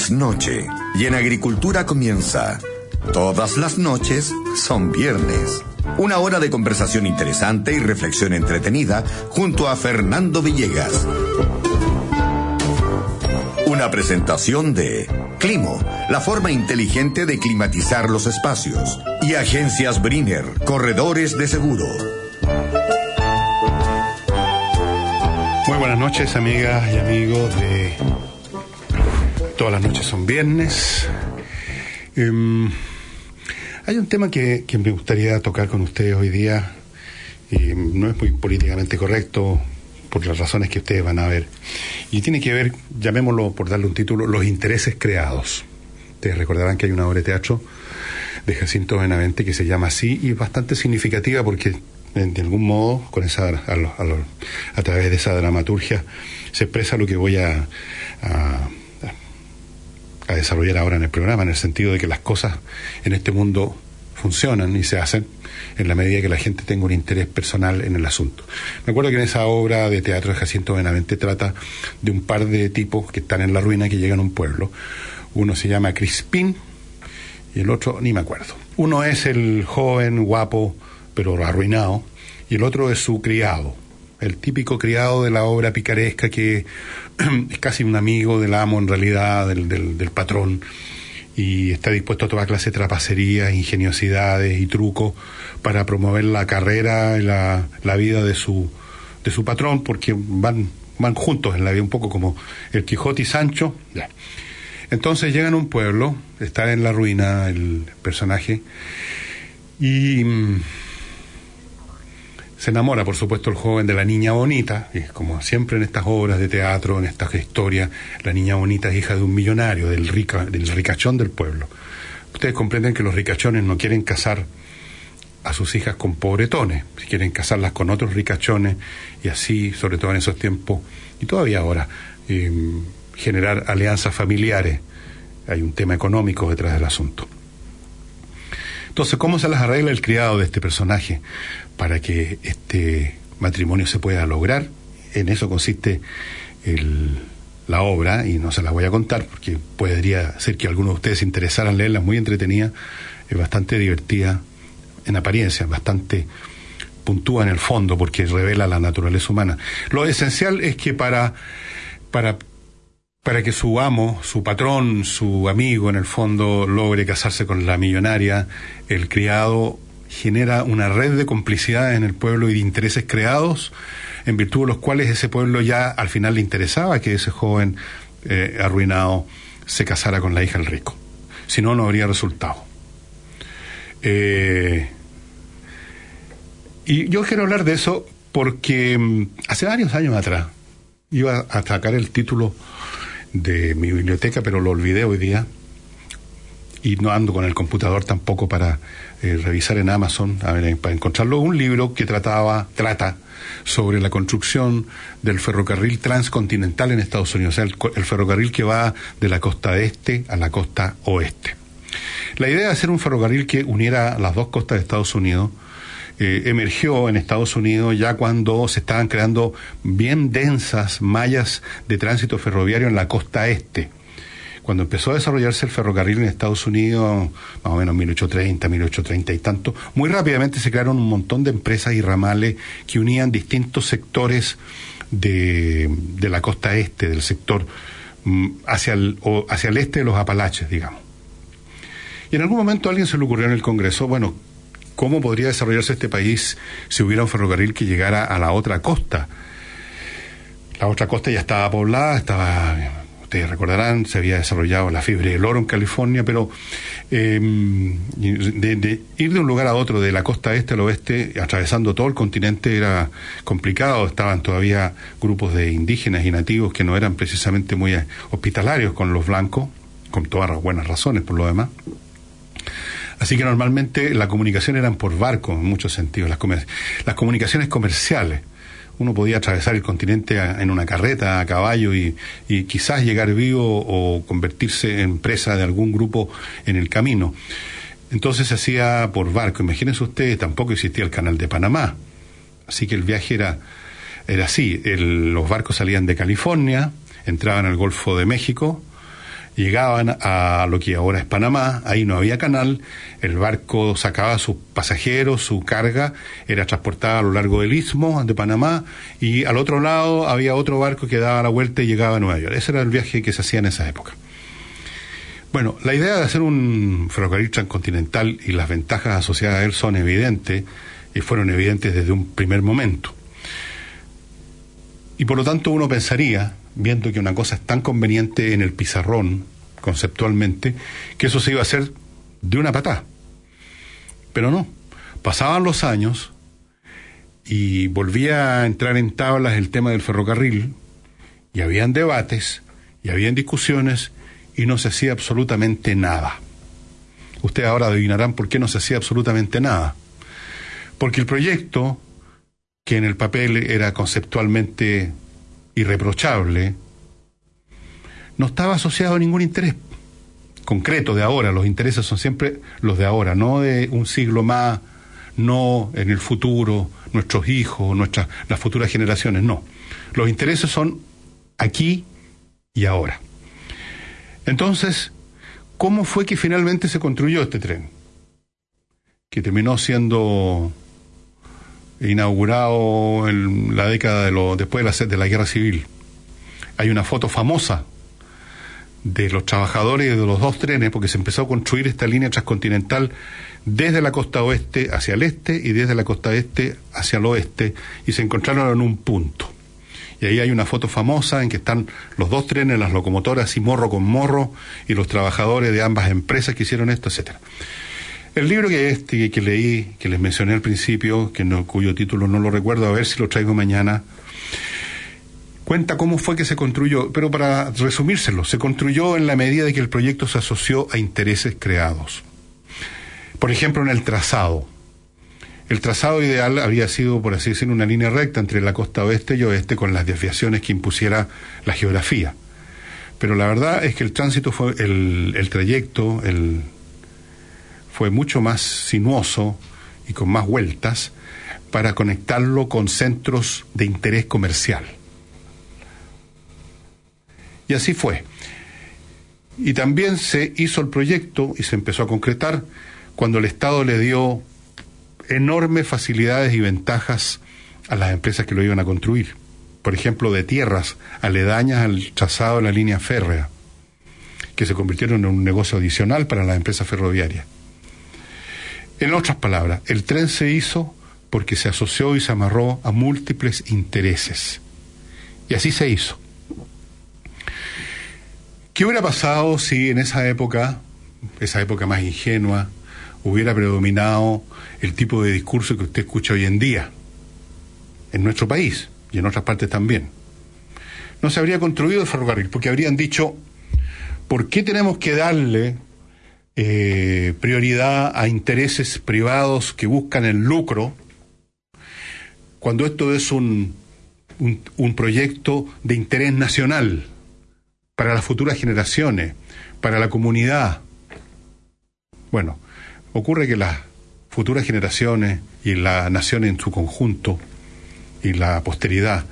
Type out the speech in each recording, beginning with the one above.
Es noche y en agricultura comienza. Todas las noches son viernes. Una hora de conversación interesante y reflexión entretenida junto a Fernando Villegas. Una presentación de Climo, la forma inteligente de climatizar los espacios. Y Agencias Briner, corredores de seguro. Muy buenas noches, amigas y amigos de Todas las noches son viernes. Hay un tema que me gustaría tocar con ustedes hoy día, y no es muy políticamente correcto por las razones que ustedes van a ver, y tiene que ver, llamémoslo por darle un título, los intereses creados. Ustedes recordarán que hay una obra de teatro de Jacinto Benavente que se llama así, y es bastante significativa porque de algún modo con esa a través de esa dramaturgia se expresa lo que voy a desarrollar ahora en el programa, en el sentido de que las cosas en este mundo funcionan y se hacen en la medida que la gente tenga un interés personal en el asunto. Me acuerdo que en esa obra de teatro de Jacinto Benavente trata de un par de tipos que están en la ruina, que llegan a un pueblo. Uno se llama Crispín y el otro ni me acuerdo. Uno es el joven guapo pero arruinado, y el otro es su criado, el típico criado de la obra picaresca que es casi un amigo del amo en realidad, del patrón, y está dispuesto a toda clase de trapacerías, ingeniosidades y trucos para promover la carrera y la vida de su patrón, porque van juntos en la vida, un poco como el Quijote y Sancho. Ya. Entonces llegan a un pueblo, está en la ruina el personaje, y se enamora, por supuesto, el joven de la niña bonita, y como siempre en estas obras de teatro, en estas historias, la niña bonita es hija de un millonario, del ricachón del pueblo. Ustedes comprenden que los ricachones no quieren casar a sus hijas con pobretones, quieren casarlas con otros ricachones, y así, sobre todo en esos tiempos, y todavía ahora, generar alianzas familiares. Hay un tema económico detrás del asunto. Entonces, ¿cómo se las arregla el criado de este personaje para que este matrimonio se pueda lograr? En eso consiste la obra, y no se las voy a contar porque podría ser que algunos de ustedes se interesaran en leerla. Es muy entretenida, es bastante divertida en apariencia, bastante puntúa en el fondo porque revela la naturaleza humana. Lo esencial es que para que su amo, su patrón, su amigo, en el fondo, logre casarse con la millonaria, el criado genera una red de complicidades en el pueblo y de intereses creados, en virtud de los cuales ese pueblo ya al final le interesaba que ese joven arruinado se casara con la hija del rico. Si no, no habría resultado. Y yo quiero hablar de eso porque hace varios años atrás iba a sacar el título de mi biblioteca, pero lo olvidé hoy día, y no ando con el computador tampoco para revisar en Amazon para encontrarlo. Un libro que trata sobre la construcción del ferrocarril transcontinental en Estados Unidos, o sea, el ferrocarril que va de la costa este a la costa oeste. La idea de hacer un ferrocarril que uniera las dos costas de Estados Unidos emergió en Estados Unidos ya cuando se estaban creando bien densas mallas de tránsito ferroviario en la costa este. Cuando empezó a desarrollarse el ferrocarril en Estados Unidos, más o menos 1830 y tanto, muy rápidamente se crearon un montón de empresas y ramales que unían distintos sectores de la costa este, del sector hacia el este de los Apalaches, digamos. Y en algún momento a alguien se le ocurrió en el Congreso, bueno, ¿cómo podría desarrollarse este país si hubiera un ferrocarril que llegara a la otra costa? La otra costa ya estaba poblada, ustedes recordarán, se había desarrollado la fiebre del oro en California, pero de ir de un lugar a otro, de la costa este al oeste, atravesando todo el continente, era complicado. Estaban todavía grupos de indígenas y nativos que no eran precisamente muy hospitalarios con los blancos, con todas las buenas razones por lo demás. Así que normalmente la comunicación eran por barco, en muchos sentidos, las comunicaciones comerciales. Uno podía atravesar el continente en una carreta, a caballo, y quizás llegar vivo o convertirse en presa de algún grupo en el camino. Entonces se hacía por barco. Imagínense ustedes, tampoco existía el canal de Panamá. Así que el viaje era así. Los barcos salían de California, entraban al Golfo de México, llegaban a lo que ahora es Panamá, ahí no había canal, el barco sacaba a sus pasajeros, su carga, era transportada a lo largo del istmo de Panamá, y al otro lado había otro barco que daba la vuelta y llegaba a Nueva York. Ese era el viaje que se hacía en esa época. Bueno, la idea de hacer un ferrocarril transcontinental y las ventajas asociadas a él son evidentes, y fueron evidentes desde un primer momento. Y por lo tanto uno pensaría, viendo que una cosa es tan conveniente en el pizarrón, conceptualmente, que eso se iba a hacer de una patada. Pero no, pasaban los años y volvía a entrar en tablas el tema del ferrocarril, y habían debates, y habían discusiones, y no se hacía absolutamente nada. Ustedes ahora adivinarán por qué no se hacía absolutamente nada. Porque el proyecto, que en el papel era conceptualmente irreprochable, no estaba asociado a ningún interés concreto de ahora. Los intereses son siempre los de ahora, no de un siglo más, no en el futuro, nuestros hijos, las futuras generaciones, no. Los intereses son aquí y ahora. Entonces, ¿cómo fue que finalmente se construyó este tren? Que terminó siendo inaugurado en la década después de la Guerra Civil. Hay una foto famosa de los trabajadores de los dos trenes, porque se empezó a construir esta línea transcontinental desde la costa oeste hacia el este y desde la costa este hacia el oeste, y se encontraron en un punto. Y ahí hay una foto famosa en que están los dos trenes, las locomotoras y morro con morro, y los trabajadores de ambas empresas que hicieron esto, etcétera. El libro que leí, que les mencioné al principio, cuyo título no lo recuerdo, a ver si lo traigo mañana, cuenta cómo fue que se construyó, pero para resumírselo, se construyó en la medida de que el proyecto se asoció a intereses creados. Por ejemplo, en el trazado. El trazado ideal habría sido, por así decirlo, una línea recta entre la costa oeste y oeste, con las desviaciones que impusiera la geografía. Pero la verdad es que el tránsito el trayecto fue mucho más sinuoso y con más vueltas para conectarlo con centros de interés comercial. Y así fue. Y también se hizo el proyecto y se empezó a concretar cuando el Estado le dio enormes facilidades y ventajas a las empresas que lo iban a construir. Por ejemplo, de tierras aledañas al trazado de la línea férrea, que se convirtieron en un negocio adicional para las empresas ferroviarias. En otras palabras, el tren se hizo porque se asoció y se amarró a múltiples intereses. Y así se hizo. ¿Qué hubiera pasado si en esa época más ingenua, hubiera predominado el tipo de discurso que usted escucha hoy en día, en nuestro país y en otras partes también? No se habría construido el ferrocarril, porque habrían dicho, ¿por qué tenemos que darle prioridad a intereses privados que buscan el lucro, cuando esto es un proyecto de interés nacional para las futuras generaciones, para la comunidad? Bueno, ocurre que las futuras generaciones y la nación en su conjunto y la posteridad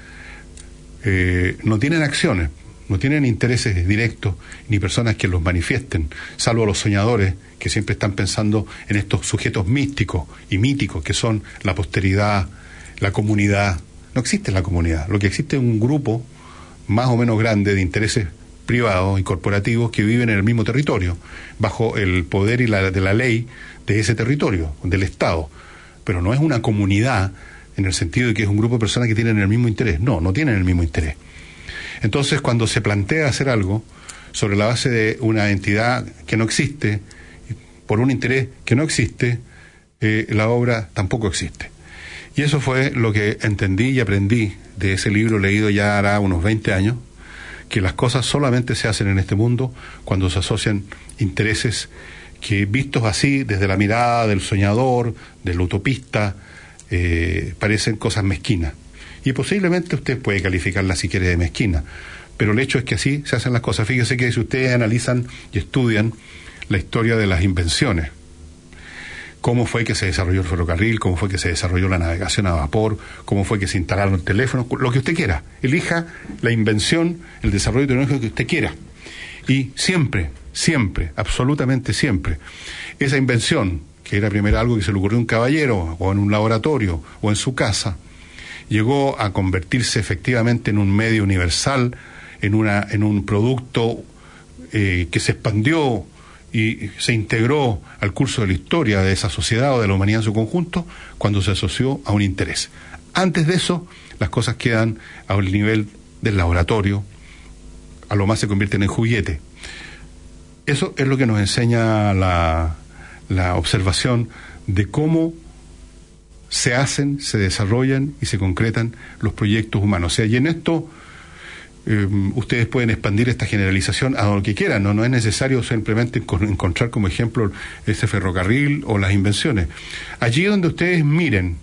no tienen acciones, no tienen intereses directos ni personas que los manifiesten, salvo los soñadores que siempre están pensando en estos sujetos místicos y míticos que son la posteridad, la comunidad. No existe la comunidad, lo que existe es un grupo más o menos grande de intereses privados y corporativos que viven en el mismo territorio, bajo el poder de la ley de ese territorio, del Estado. Pero no es una comunidad en el sentido de que es un grupo de personas que tienen el mismo interés. No tienen el mismo interés. Entonces, cuando se plantea hacer algo sobre la base de una entidad que no existe, por un interés que no existe, la obra tampoco existe. Y eso fue lo que entendí y aprendí de ese libro leído ya hará unos 20 años, que las cosas solamente se hacen en este mundo cuando se asocian intereses que, vistos así desde la mirada del soñador, del utopista, parecen cosas mezquinas. Y posiblemente usted puede calificarla si quiere de mezquina, pero el hecho es que así se hacen las cosas. Fíjese que si ustedes analizan y estudian la historia de las invenciones, cómo fue que se desarrolló el ferrocarril, cómo fue que se desarrolló la navegación a vapor, cómo fue que se instalaron teléfonos, lo que usted quiera. Elija la invención, el desarrollo tecnológico que usted quiera. Y siempre, absolutamente siempre, esa invención, que era primero algo que se le ocurrió a un caballero, o en un laboratorio, o en su casa, llegó a convertirse efectivamente en un medio universal, en un producto que se expandió y se integró al curso de la historia de esa sociedad o de la humanidad en su conjunto, cuando se asoció a un interés. Antes de eso, las cosas quedan al nivel del laboratorio, a lo más se convierten en juguete. Eso es lo que nos enseña la observación de cómo se hacen, se desarrollan y se concretan los proyectos humanos. O sea, y en esto ustedes pueden expandir esta generalización a lo que quieran, no es necesario simplemente encontrar como ejemplo ese ferrocarril o las invenciones. Allí donde ustedes miren,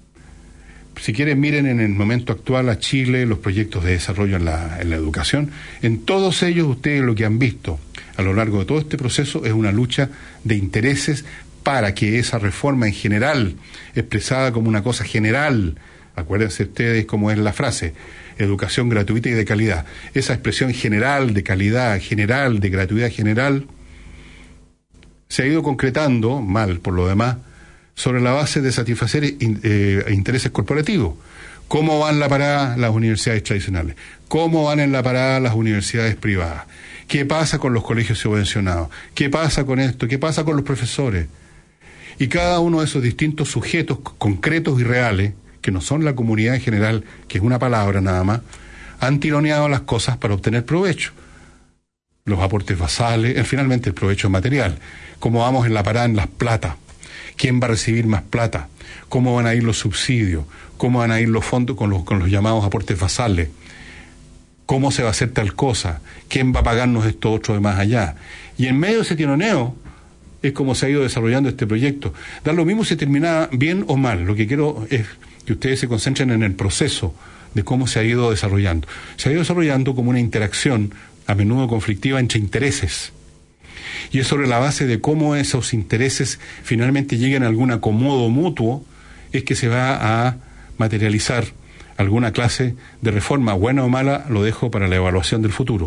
si quieren miren en el momento actual a Chile, los proyectos de desarrollo en la educación, en todos ellos ustedes lo que han visto a lo largo de todo este proceso es una lucha de intereses para que esa reforma en general, expresada como una cosa general, acuérdense ustedes cómo es la frase, educación gratuita y de calidad, esa expresión general de calidad, general de gratuidad general, se ha ido concretando, mal por lo demás, sobre la base de satisfacer intereses corporativos. ¿Cómo van en la parada las universidades tradicionales? ¿Cómo van en la parada las universidades privadas? ¿Qué pasa con los colegios subvencionados? ¿Qué pasa con esto? ¿Qué pasa con los profesores? Y cada uno de esos distintos sujetos concretos y reales, que no son la comunidad en general, que es una palabra nada más, han tironeado las cosas para obtener provecho. Los aportes basales, finalmente el provecho material. ¿Cómo vamos en la parada en las plata? ¿Quién va a recibir más plata? ¿Cómo van a ir los subsidios? ¿Cómo van a ir los fondos con los llamados aportes basales? ¿Cómo se va a hacer tal cosa? ¿Quién va a pagarnos esto otro de más allá? Y en medio de ese tironeo es como se ha ido desarrollando este proyecto. Da lo mismo si termina bien o mal. Lo que quiero es que ustedes se concentren en el proceso de cómo se ha ido desarrollando. Se ha ido desarrollando como una interacción, a menudo conflictiva, entre intereses. Y es sobre la base de cómo esos intereses finalmente lleguen a algún acomodo mutuo, es que se va a materializar alguna clase de reforma, buena o mala, lo dejo para la evaluación del futuro.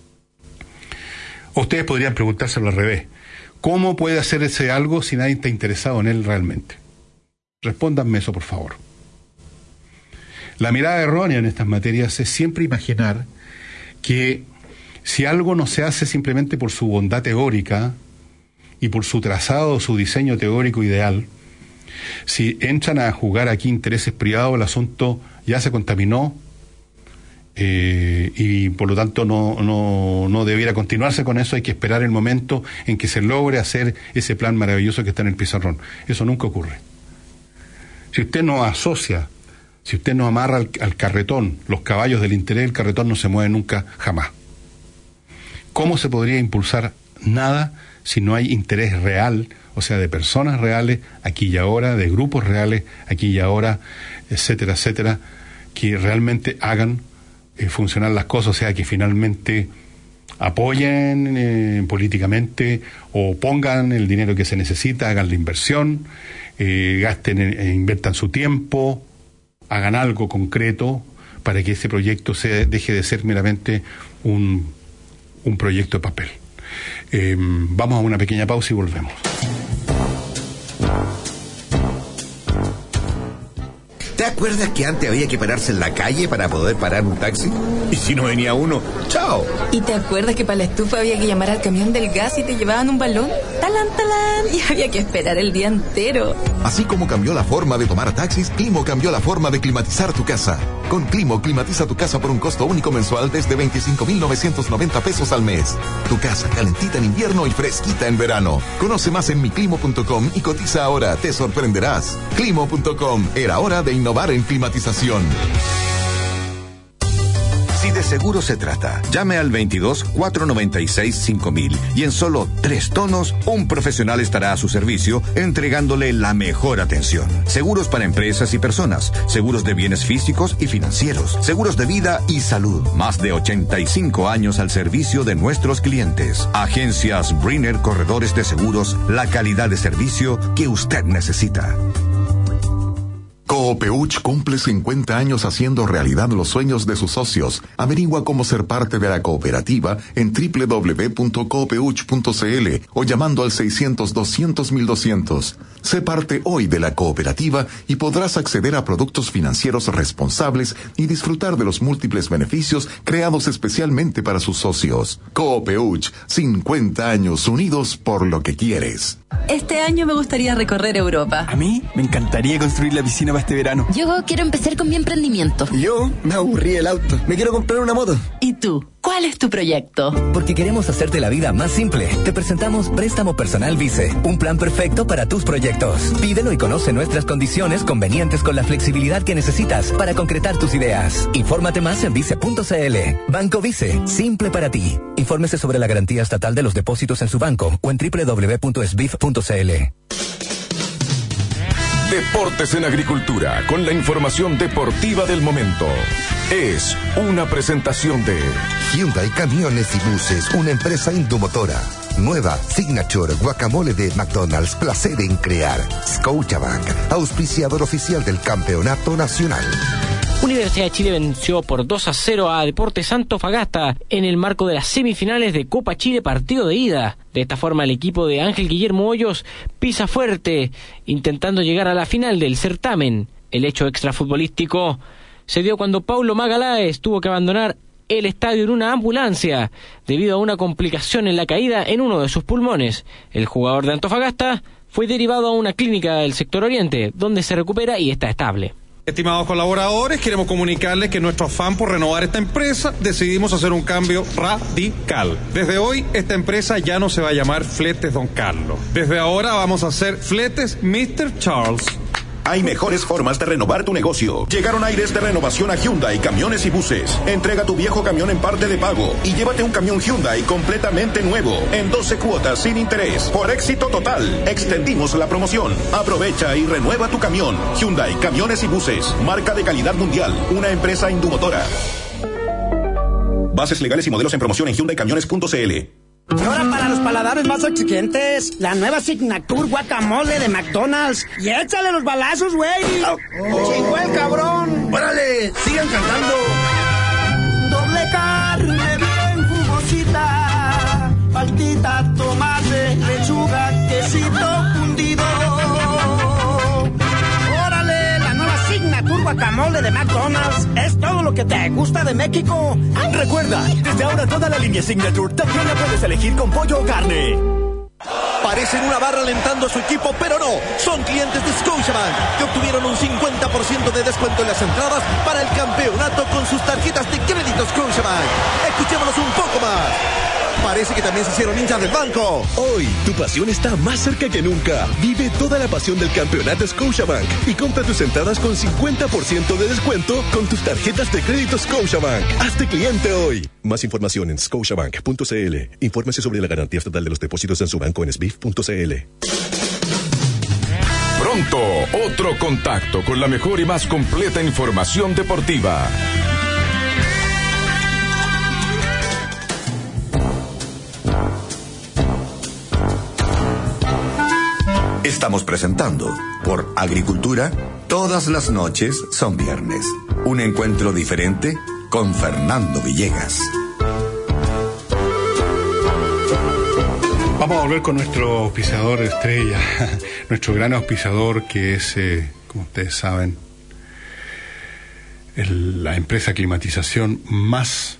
Ustedes podrían preguntárselo al revés. ¿Cómo puede hacerse algo si nadie está interesado en él realmente? Respóndanme eso, por favor. La mirada errónea en estas materias es siempre imaginar que si algo no se hace simplemente por su bondad teórica y por su trazado, su diseño teórico ideal, si entran a jugar aquí intereses privados, el asunto ya se contaminó y por lo tanto no debiera continuarse con eso. Hay que esperar el momento en que se logre hacer ese plan maravilloso que está en el pizarrón. Eso nunca ocurre. Si usted no asocia, si usted no amarra al carretón los caballos del interés, el carretón no se mueve nunca, jamás. ¿Cómo se podría impulsar nada si no hay interés real, o sea, de personas reales, aquí y ahora, de grupos reales, aquí y ahora, etcétera, etcétera, que realmente hagan funcionar las cosas, o sea, que finalmente apoyen políticamente o pongan el dinero que se necesita, hagan la inversión, gasten, inviertan su tiempo, hagan algo concreto para que ese proyecto deje de ser meramente un proyecto de papel. Vamos a una pequeña pausa y volvemos. ¿Te acuerdas que antes había que pararse en la calle para poder parar un taxi? Y si no venía uno, ¡chao! ¿Y te acuerdas que para la estufa había que llamar al camión del gas y te llevaban un balón? ¡Talán, talán! Y había que esperar el día entero. Así como cambió la forma de tomar taxis, Climo cambió la forma de climatizar tu casa. Con Climo, climatiza tu casa por un costo único mensual desde 25,990 pesos al mes. Tu casa calentita en invierno y fresquita en verano. Conoce más en miclimo.com y cotiza ahora, te sorprenderás. Climo.com, era hora de innovar en climatización. Si de seguro se trata, llame al 22-496-5000 y en solo 3 tonos, un profesional estará a su servicio entregándole la mejor atención. Seguros para empresas y personas, seguros de bienes físicos y financieros, seguros de vida y salud. Más de 85 años al servicio de nuestros clientes. Agencias Brenner Corredores de Seguros, la calidad de servicio que usted necesita. Coopeuch cumple 50 años haciendo realidad los sueños de sus socios. Averigua cómo ser parte de la cooperativa en www.coopeuch.cl o llamando al 600-200-1200. Sé parte hoy de la cooperativa y podrás acceder a productos financieros responsables y disfrutar de los múltiples beneficios creados especialmente para sus socios. Coopeuch, 50 años unidos por lo que quieres. Este año me gustaría recorrer Europa. A mí me encantaría construir la piscina para este verano. Yo quiero empezar con mi emprendimiento. Yo me aburrí el auto. Me quiero comprar una moto. ¿Y tú? ¿Cuál es tu proyecto? Porque queremos hacerte la vida más simple. Te presentamos Préstamo Personal Vice, un plan perfecto para tus proyectos. Pídelo y conoce nuestras condiciones convenientes con la flexibilidad que necesitas para concretar tus ideas. Infórmate más en vice.cl. Banco Vice, simple para ti. Infórmese sobre la garantía estatal de los depósitos en su banco o en www.sbif.cl. Deportes en Agricultura, con la información deportiva del momento. Es una presentación de Hyundai Camiones y Buses, una empresa indomotora. Nueva Signature Guacamole de McDonald's, placer en crear. Scotiabank, auspiciador oficial del Campeonato Nacional. Universidad de Chile venció por 2-0 a Deportes Antofagasta en el marco de las semifinales de Copa Chile partido de ida. De esta forma el equipo de Ángel Guillermo Hoyos pisa fuerte, intentando llegar a la final del certamen. El hecho extrafutbolístico se dio cuando Paulo Magaláes tuvo que abandonar el estadio en una ambulancia debido a una complicación en la caída en uno de sus pulmones. El jugador de Antofagasta fue derivado a una clínica del sector oriente, donde se recupera y está estable. Estimados colaboradores, queremos comunicarles que nuestro afán por renovar esta empresa, decidimos hacer un cambio radical. Desde hoy, esta empresa ya no se va a llamar Fletes Don Carlos. Desde ahora vamos a hacer Fletes Mr. Charles. Hay mejores formas de renovar tu negocio. Llegaron aires de renovación a Hyundai Camiones y Buses. Entrega tu viejo camión en parte de pago y llévate un camión Hyundai completamente nuevo, en 12 cuotas sin interés, por éxito total. Extendimos la promoción. Aprovecha y renueva tu camión. Hyundai Camiones y Buses, marca de calidad mundial, una empresa indomotora. Bases legales y modelos en promoción en HyundaiCamiones.cl. Y ahora para los paladares más exigentes, la nueva Signature Guacamole de McDonald's. Y échale los balazos, güey. Chingó el cabrón. ¡Órale! ¡Sigan cantando! Doble carne bien jugosita, paltita, tomate, lechuga, quesito fundido. ¡Órale! La nueva Signature Guacamole de McDonald's. Es todo lo que te gusta de México. ¡Ay! Recuerda, desde ahora toda la línea Signature también la puedes elegir con pollo o carne. Parecen una barra alentando a su equipo, pero no. Son clientes de Scotiabank que obtuvieron un 50% de descuento en las entradas para el campeonato con sus tarjetas de crédito Scotiabank. Escuchémonos un poco más. Parece que también se hicieron hinchas del banco. Hoy, tu pasión está más cerca que nunca. Vive toda la pasión del campeonato Scotiabank y compra tus entradas con 50% de descuento con tus tarjetas de crédito Scotiabank. Hazte cliente hoy. Más información en scotiabank.cl. Infórmese sobre la garantía estatal de los depósitos en su banco en sbif.cl. Pronto, otro contacto con la mejor y más completa información deportiva. Estamos presentando por Agricultura, todas las noches son viernes. Un encuentro diferente con Fernando Villegas. Vamos a volver con nuestro auspiciador estrella, nuestro gran auspiciador que es, como ustedes saben, la empresa de climatización más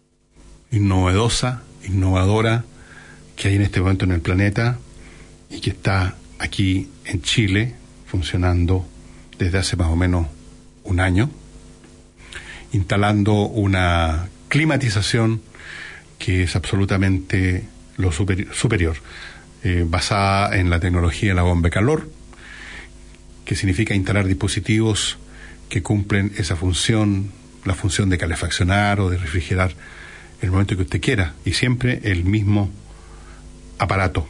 innovadora que hay en este momento en el planeta y que está aquí en Chile funcionando desde hace más o menos un año, instalando una climatización que es absolutamente lo superior, basada en la tecnología de la bomba de calor, que significa instalar dispositivos que cumplen esa función, la función de calefaccionar o de refrigerar en el momento que usted quiera, y siempre el mismo aparato.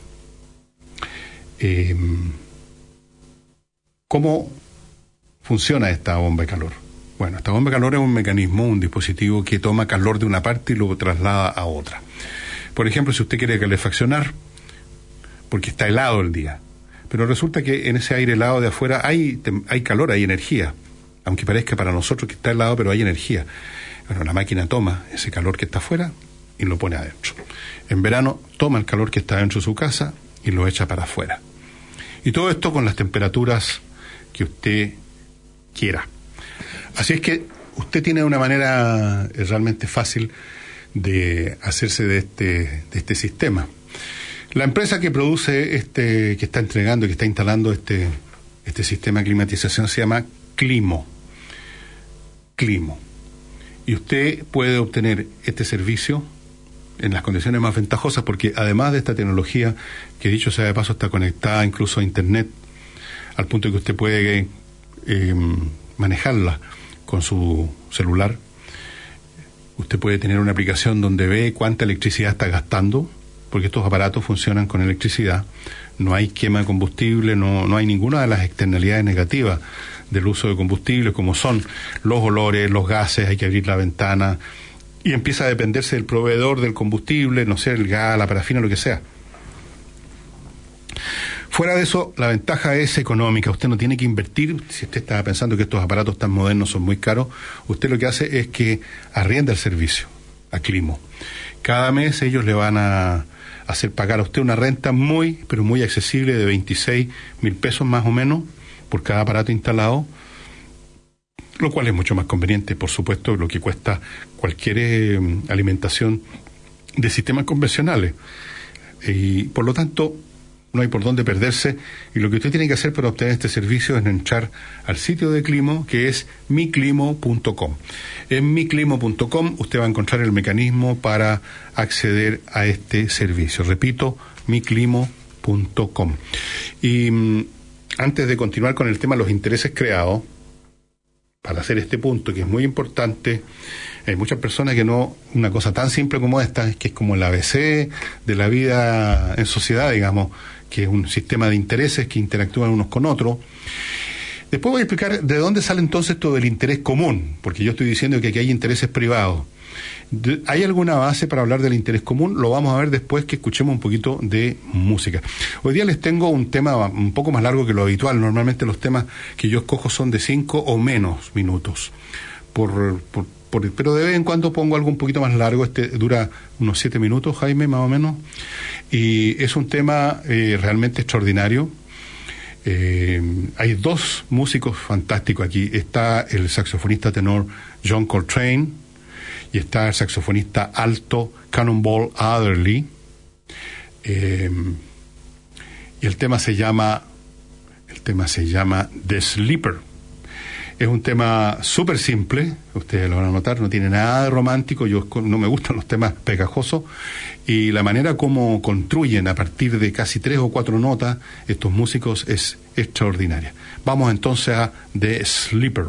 ¿Cómo funciona esta bomba de calor? Bueno, esta bomba de calor es un mecanismo, un dispositivo que toma calor de una parte y lo traslada a otra. Por ejemplo, si usted quiere calefaccionar, porque está helado el día, pero resulta que en ese aire helado de afuera hay calor, hay energía, aunque parezca para nosotros que está helado, pero hay energía. Bueno, la máquina toma ese calor que está afuera y lo pone adentro. En verano toma el calor que está dentro de su casa y lo echa para afuera. Y todo esto con las temperaturas que usted quiera. Así es que usted tiene una manera realmente fácil de hacerse de este sistema. La empresa que produce que está entregando, que está instalando este sistema de climatización se llama Climo. Y usted puede obtener este servicio en las condiciones más ventajosas, porque además de esta tecnología, que dicho sea de paso está conectada incluso a internet, al punto que usted puede manejarla con su celular. Usted puede tener una aplicación donde ve cuánta electricidad está gastando, porque estos aparatos funcionan con electricidad. No hay quema de combustible, no hay ninguna de las externalidades negativas del uso de combustible, como son los olores, los gases, hay que abrir la ventana, y empieza a dependerse del proveedor del combustible, no sé, el gas, la parafina, lo que sea. Fuera de eso, la ventaja es económica. Usted no tiene que invertir. Si usted estaba pensando que estos aparatos tan modernos son muy caros, usted lo que hace es que arrienda el servicio a Climo. Cada mes ellos le van a hacer pagar a usted una renta muy, pero muy accesible de 26,000 pesos más o menos por cada aparato instalado, lo cual es mucho más conveniente, por supuesto, lo que cuesta cualquier alimentación de sistemas convencionales. Y por lo tanto, no hay por dónde perderse, y lo que usted tiene que hacer para obtener este servicio es entrar al sitio de Climo, que es miclimo.com. En miclimo.com usted va a encontrar el mecanismo para acceder a este servicio. Repito, miclimo.com. Y antes de continuar con el tema de los intereses creados, para hacer este punto, que es muy importante, hay muchas personas que no, una cosa tan simple como esta, que es como el ABC de la vida en sociedad, digamos, que es un sistema de intereses que interactúan unos con otros. Después voy a explicar de dónde sale entonces todo el interés común, porque yo estoy diciendo que aquí hay intereses privados. ¿Hay alguna base para hablar del interés común? Lo vamos a ver después que escuchemos un poquito de música. Hoy día les tengo un tema un poco más largo que lo habitual. Normalmente los temas que yo escojo son de 5 o menos minutos. Pero de vez en cuando pongo algo un poquito más largo. Este dura unos 7 minutos, Jaime, más o menos. Y es un tema realmente extraordinario. Hay dos músicos fantásticos aquí. Está el saxofonista tenor John Coltrane y está el saxofonista alto Cannonball Adderley. Y el tema se llama The Sleeper. Es un tema súper simple, ustedes lo van a notar, no tiene nada de romántico. Yo no me gustan los temas pegajosos, y la manera como construyen a partir de casi 3 o 4 notas estos músicos es extraordinaria. Vamos entonces a The Sleeper.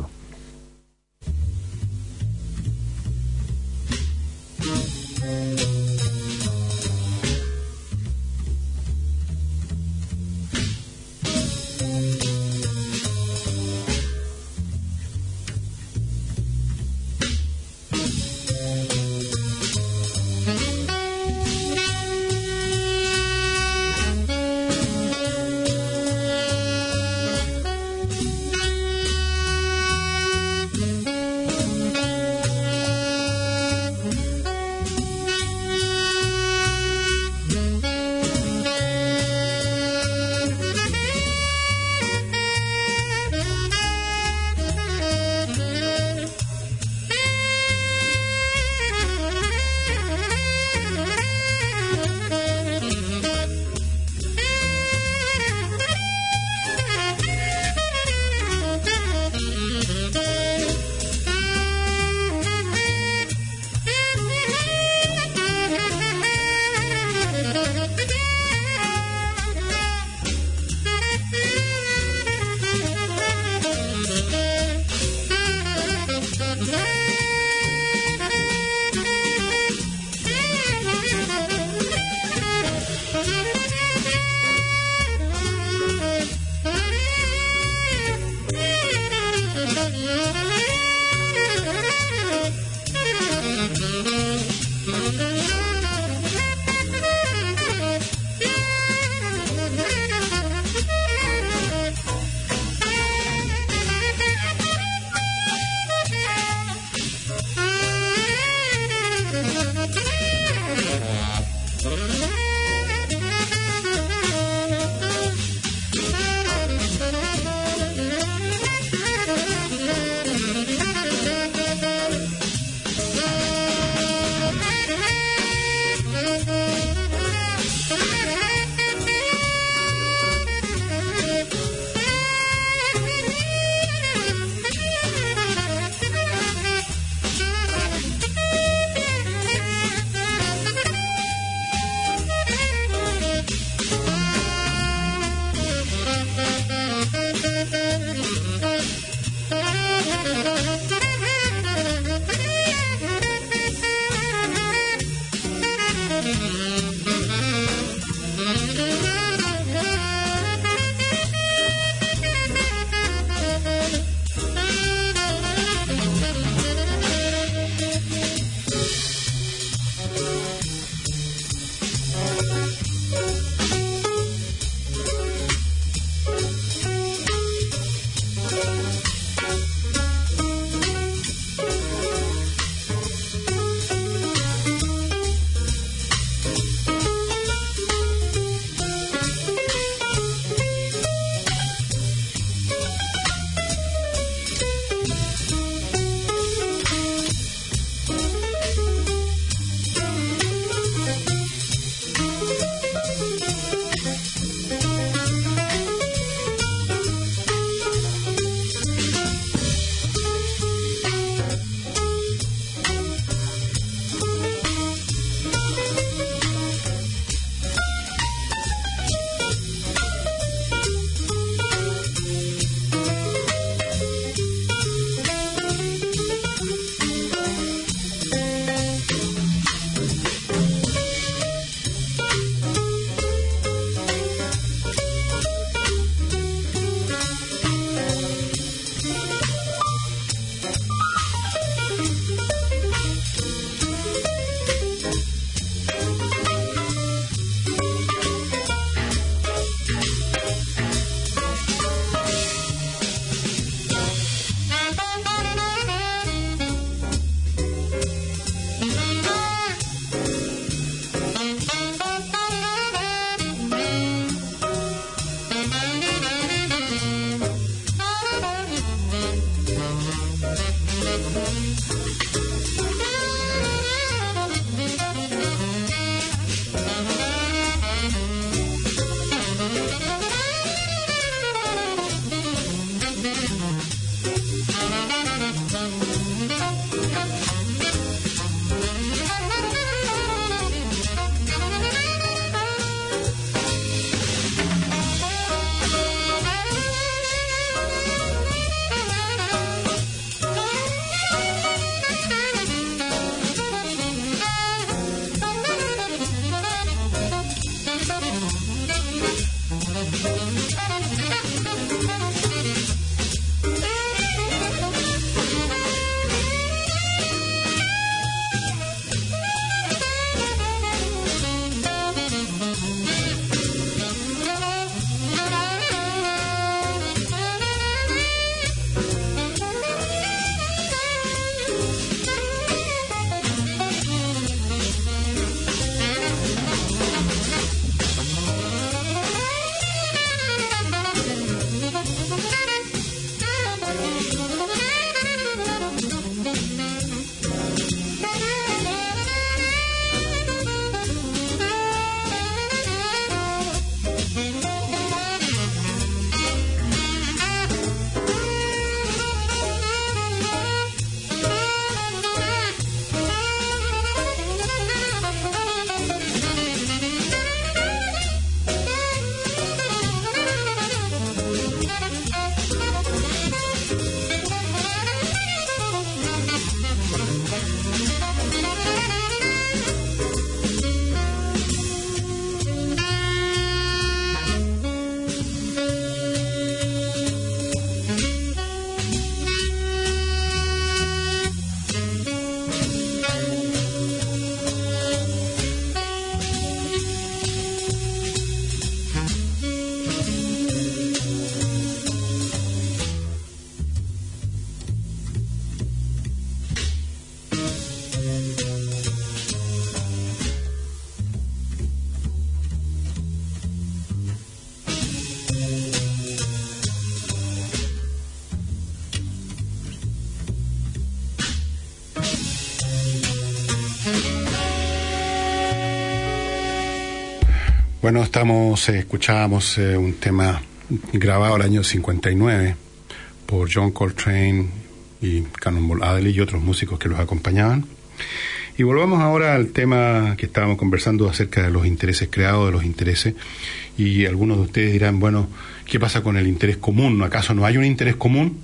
Bueno, escuchábamos un tema grabado el año 59 por John Coltrane y Cannonball Adderley y otros músicos que los acompañaban. Y volvamos ahora al tema que estábamos conversando acerca de los intereses creados, de los intereses. Y algunos de ustedes dirán, bueno, ¿qué pasa con el interés común? ¿Acaso no hay un interés común?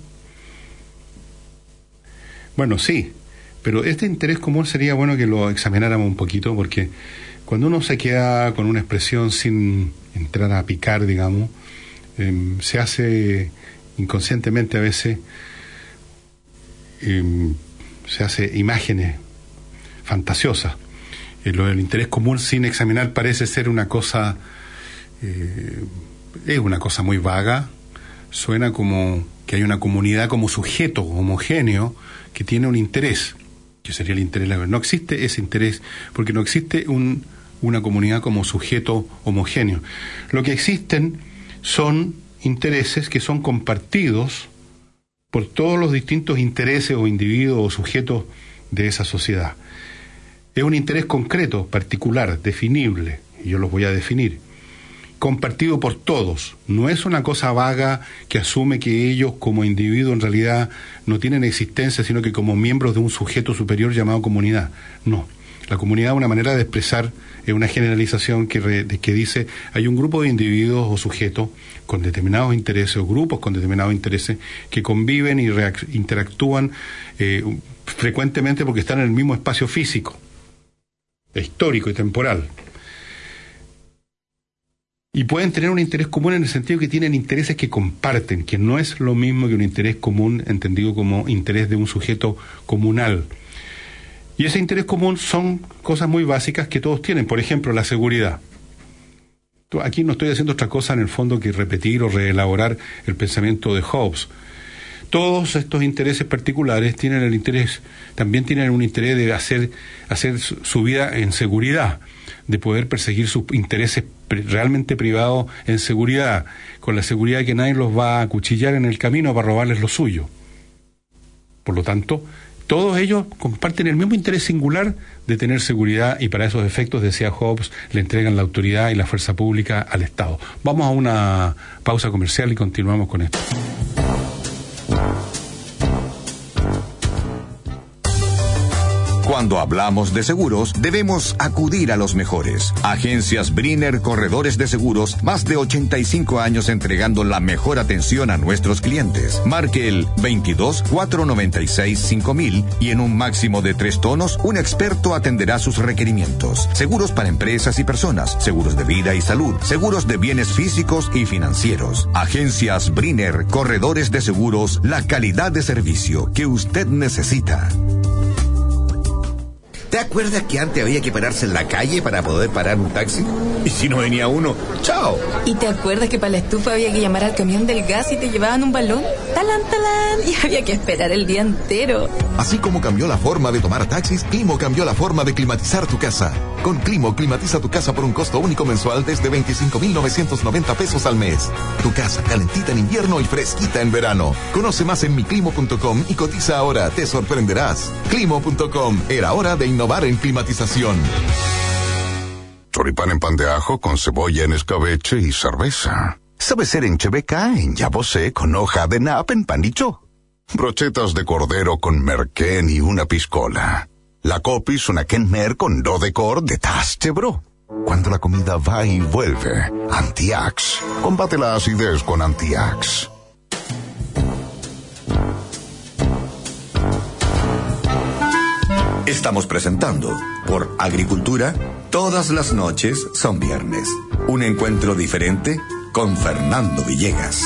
Bueno, sí, pero este interés común sería bueno que lo examináramos un poquito, porque cuando uno se queda con una expresión sin entrar a picar, digamos, se hace inconscientemente a veces, se hace imágenes fantasiosas. Lo del interés común sin examinar parece ser una cosa, es una cosa muy vaga. Suena como que hay una comunidad como sujeto homogéneo que tiene un interés, que sería el interés legal. No existe ese interés, porque no existe una comunidad como sujeto homogéneo. Lo que existen son intereses que son compartidos por todos los distintos intereses o individuos o sujetos de esa sociedad. Es un interés concreto, particular, definible, y yo los voy a definir, compartido por todos. No es una cosa vaga que asume que ellos como individuos en realidad no tienen existencia, sino que como miembros de un sujeto superior llamado comunidad. No. La comunidad es una manera de expresar, es una generalización que dice hay un grupo de individuos o sujetos con determinados intereses o grupos con determinados intereses que conviven y interactúan frecuentemente porque están en el mismo espacio físico, histórico y temporal. Y pueden tener un interés común en el sentido que tienen intereses que comparten, que no es lo mismo que un interés común entendido como interés de un sujeto comunal. Y ese interés común son cosas muy básicas que todos tienen. Por ejemplo, la seguridad. Aquí no estoy haciendo otra cosa en el fondo que repetir o reelaborar el pensamiento de Hobbes. Todos estos intereses particulares también tienen un interés de hacer su vida en seguridad, de poder perseguir sus intereses realmente privados en seguridad, con la seguridad de que nadie los va a acuchillar en el camino para robarles lo suyo. Por lo tanto, todos ellos comparten el mismo interés singular de tener seguridad y para esos efectos, decía Hobbes, le entregan la autoridad y la fuerza pública al Estado. Vamos a una pausa comercial y continuamos con esto. Cuando hablamos de seguros, debemos acudir a los mejores. Agencias Brinner Corredores de Seguros, más de 85 años entregando la mejor atención a nuestros clientes. Marque el 22-496-5000 y en un máximo de 3 tonos, un experto atenderá sus requerimientos. Seguros para empresas y personas, seguros de vida y salud, seguros de bienes físicos y financieros. Agencias Brinner Corredores de Seguros, la calidad de servicio que usted necesita. ¿Te acuerdas que antes había que pararse en la calle para poder parar un taxi? Y si no venía uno, ¡chao! ¿Y te acuerdas que para la estufa había que llamar al camión del gas y te llevaban un balón? ¡Talán, talán! Y había que esperar el día entero. Así como cambió la forma de tomar taxis, Climo cambió la forma de climatizar tu casa. Con Climo, climatiza tu casa por un costo único mensual desde 25,990 pesos al mes. Tu casa calentita en invierno y fresquita en verano. Conoce más en miclimo.com y cotiza ahora, te sorprenderás. Climo.com, era hora de innovar en climatización. Choripán en pan de ajo con cebolla en escabeche y cerveza. Sabe ser en cheveca, en yabosé, con hoja de nap en panicho. Brochetas de cordero con merquén y una piscola. La copis una kenmer con do de cor de taste, bro. Cuando la comida va y vuelve, Antiax. Combate la acidez con Antiax. Estamos presentando por Agricultura, todas las noches son viernes. Un encuentro diferente con Fernando Villegas.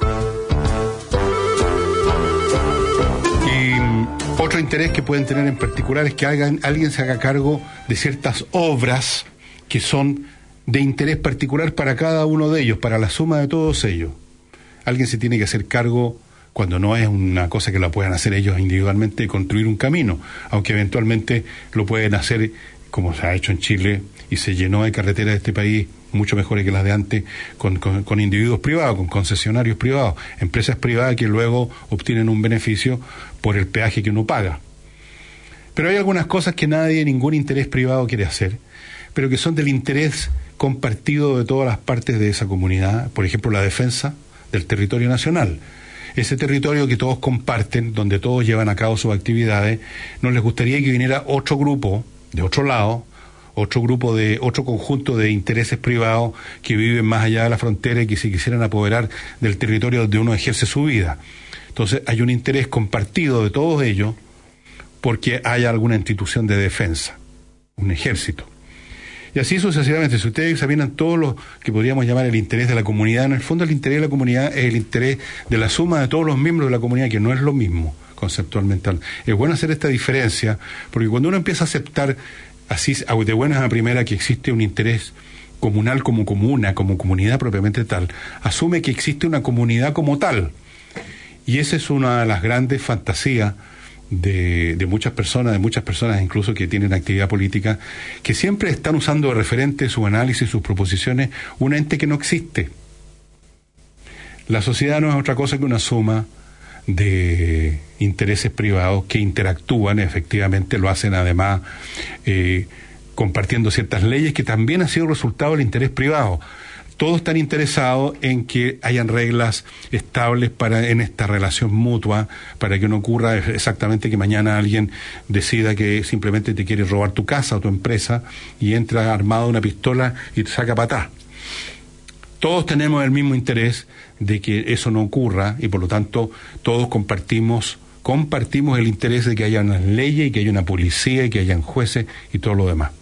Y otro interés que pueden tener en particular es que alguien se haga cargo de ciertas obras que son de interés particular para cada uno de ellos, para la suma de todos ellos. Alguien se tiene que hacer cargo, cuando no es una cosa que la puedan hacer ellos individualmente, construir un camino, aunque eventualmente lo pueden hacer como se ha hecho en Chile y se llenó de carreteras de este país mucho mejores que las de antes, con individuos privados, con concesionarios privados, empresas privadas que luego obtienen un beneficio por el peaje que uno paga. Pero hay algunas cosas que ningún interés privado quiere hacer, pero que son del interés compartido de todas las partes de esa comunidad, por ejemplo, la defensa del territorio nacional. Ese territorio que todos comparten, donde todos llevan a cabo sus actividades, nos les gustaría que viniera otro grupo, de otro lado, otro conjunto de intereses privados que viven más allá de la frontera y que se quisieran apoderar del territorio donde uno ejerce su vida. Entonces hay un interés compartido de todos ellos porque haya alguna institución de defensa, un ejército. Y así sucesivamente. Si ustedes examinan todo lo que podríamos llamar el interés de la comunidad, en el fondo el interés de la comunidad es el interés de la suma de todos los miembros de la comunidad, que no es lo mismo conceptualmente. Es bueno hacer esta diferencia, porque cuando uno empieza a aceptar así de buenas a primera que existe un interés comunal como comuna, como comunidad propiamente tal, asume que existe una comunidad como tal. Y esa es una de las grandes fantasías de muchas personas incluso que tienen actividad política, que siempre están usando de referente su análisis, sus proposiciones, un ente que no existe. La sociedad no es otra cosa que una suma de intereses privados que interactúan, efectivamente lo hacen además compartiendo ciertas leyes que también han sido resultado del interés privado. Todos están interesados en que hayan reglas estables en esta relación mutua, para que no ocurra exactamente que mañana alguien decida que simplemente te quiere robar tu casa o tu empresa y entra armado de una pistola y te saca patá. Todos tenemos el mismo interés de que eso no ocurra y por lo tanto todos compartimos el interés de que haya unas leyes y que haya una policía y que hayan jueces y todo lo demás.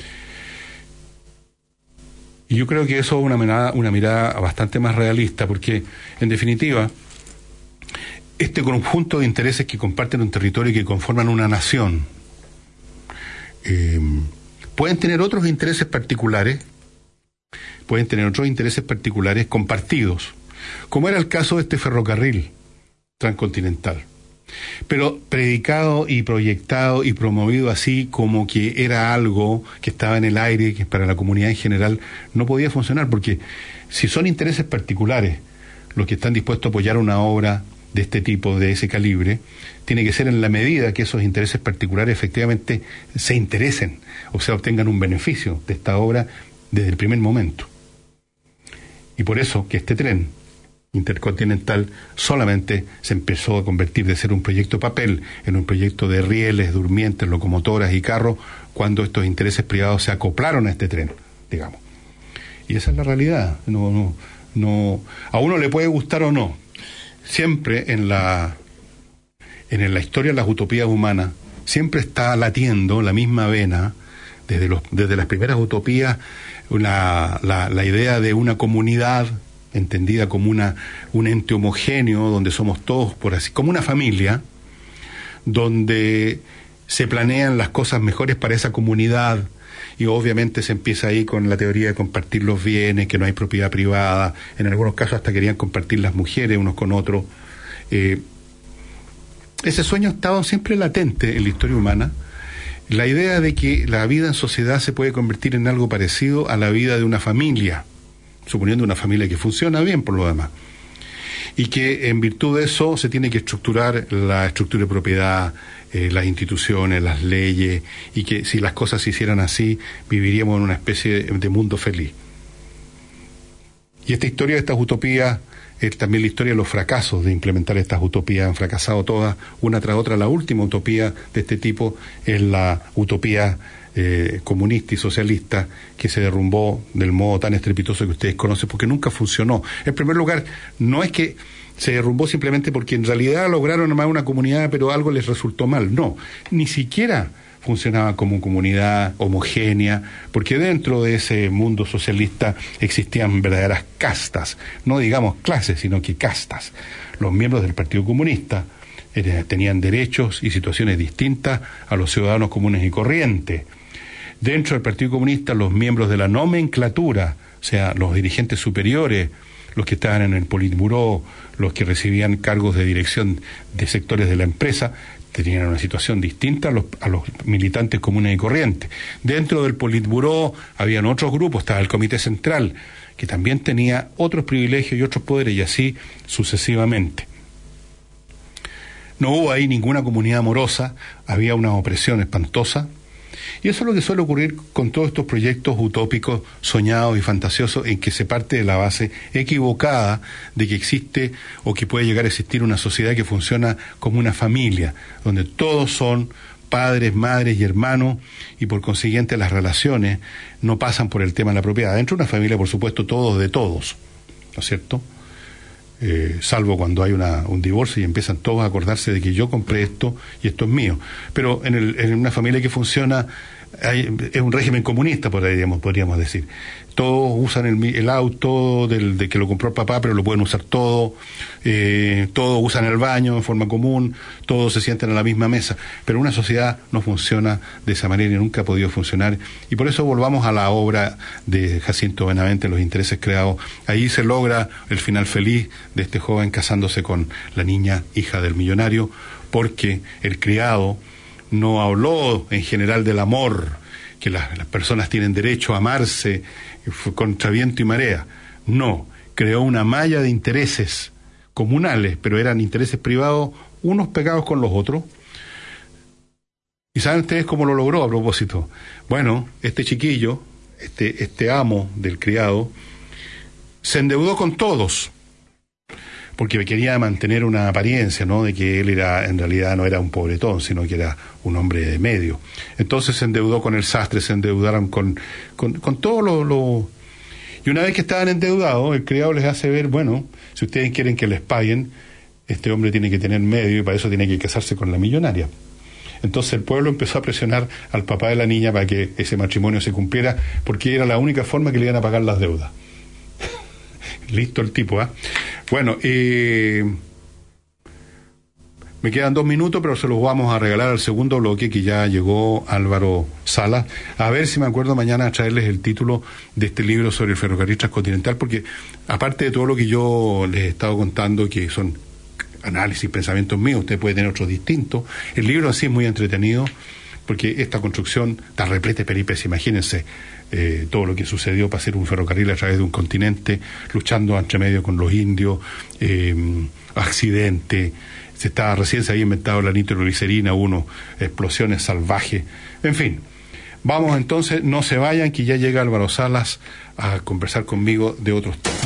Y yo creo que eso es una mirada bastante más realista, porque, en definitiva, este conjunto de intereses que comparten un territorio y que conforman una nación, pueden tener otros intereses particulares compartidos, como era el caso de este ferrocarril transcontinental. Pero predicado y proyectado y promovido así como que era algo que estaba en el aire, que para la comunidad en general no podía funcionar, porque si son intereses particulares los que están dispuestos a apoyar una obra de este tipo, de ese calibre, tiene que ser en la medida que esos intereses particulares efectivamente se interesen, o sea, obtengan un beneficio de esta obra desde el primer momento. Y por eso que este tren intercontinental solamente se empezó a convertir de ser un proyecto papel en un proyecto de rieles, durmientes, locomotoras y carros, cuando estos intereses privados se acoplaron a este tren, digamos. Y esa es la realidad. A uno le puede gustar o no. Siempre en la historia de las utopías humanas siempre está latiendo la misma vena, desde las primeras utopías, la idea de una comunidad entendida como un ente homogéneo, donde somos todos, por así, como una familia, donde se planean las cosas mejores para esa comunidad, y obviamente se empieza ahí con la teoría de compartir los bienes, que no hay propiedad privada, en algunos casos hasta querían compartir las mujeres unos con otros. Ese sueño ha estado siempre latente en la historia humana, la idea de que la vida en sociedad se puede convertir en algo parecido a la vida de una familia, suponiendo una familia que funciona bien por lo demás, y que en virtud de eso se tiene que estructurar la estructura de propiedad, las instituciones, las leyes, y que si las cosas se hicieran así, viviríamos en una especie de mundo feliz. Y esta historia de estas utopías es también la historia de los fracasos de implementar estas utopías. Han fracasado todas, una tras otra. La última utopía de este tipo es la utopía comunista y socialista, que se derrumbó del modo tan estrepitoso que ustedes conocen, porque nunca funcionó. En primer lugar, no es que se derrumbó simplemente porque en realidad lograron armar una comunidad, pero algo les resultó mal. No, ni siquiera funcionaba como comunidad homogénea, porque dentro de ese mundo socialista existían verdaderas castas, no digamos clases, sino que castas. Los miembros del Partido Comunista tenían derechos y situaciones distintas a los ciudadanos comunes y corrientes. Dentro del Partido Comunista, los miembros de la nomenclatura, o sea, los dirigentes superiores, los que estaban en el Politburó, los que recibían cargos de dirección de sectores de la empresa, tenían una situación distinta a los militantes comunes y corrientes. Dentro del Politburó habían otros grupos, estaba el Comité Central, que también tenía otros privilegios y otros poderes, y así sucesivamente. No hubo ahí ninguna comunidad amorosa, había una opresión espantosa, Y eso es lo que suele ocurrir con todos estos proyectos utópicos, soñados y fantasiosos, en que se parte de la base equivocada de que existe o que puede llegar a existir una sociedad que funciona como una familia, donde todos son padres, madres y hermanos, y por consiguiente las relaciones no pasan por el tema de la propiedad. Dentro de una familia, por supuesto, todos de todos, ¿no es cierto? Salvo cuando hay un divorcio y empiezan todos a acordarse de que yo compré esto y esto es mío. Pero en una familia que funciona, es un régimen comunista, podríamos decir. Todos usan el auto de que lo compró el papá, pero lo pueden usar todos. Todos usan el baño en forma común, todos se sientan a la misma mesa. Pero una sociedad no funciona de esa manera y nunca ha podido funcionar. Y por eso volvamos a la obra de Jacinto Benavente, Los intereses creados. Ahí se logra el final feliz de este joven casándose con la niña hija del millonario, porque el criado no habló en general del amor, que las personas tienen derecho a amarse contra viento y marea. No, creó una malla de intereses comunales, pero eran intereses privados, unos pegados con los otros. ¿Y saben ustedes cómo lo logró a propósito? Bueno, este chiquillo, este amo del criado, se endeudó con todos, porque quería mantener una apariencia, ¿no?, de que él en realidad no era un pobretón, sino que era un hombre de medio. Entonces se endeudó con el sastre, se endeudaron con todo lo... Y una vez que estaban endeudados, el criado les hace ver, bueno, si ustedes quieren que les paguen, este hombre tiene que tener medio y para eso tiene que casarse con la millonaria. Entonces el pueblo empezó a presionar al papá de la niña para que ese matrimonio se cumpliera, porque era la única forma que le iban a pagar las deudas. Listo el tipo, ¿ah? Bueno, me quedan 2 minutos, pero se los vamos a regalar al segundo bloque, que ya llegó Álvaro Salas. A ver si me acuerdo mañana a traerles el título de este libro sobre el ferrocarril transcontinental, porque aparte de todo lo que yo les he estado contando, que son análisis, pensamientos míos, usted puede tener otros distintos. El libro así es muy entretenido, porque esta construcción está repleta de peripecias. Imagínense todo lo que sucedió para hacer un ferrocarril a través de un continente, luchando entre medio con los indios, accidente, recién se había inventado la nitroglicerina, explosiones salvajes, en fin. Vamos entonces, no se vayan, que ya llega Álvaro Salas a conversar conmigo de otros temas.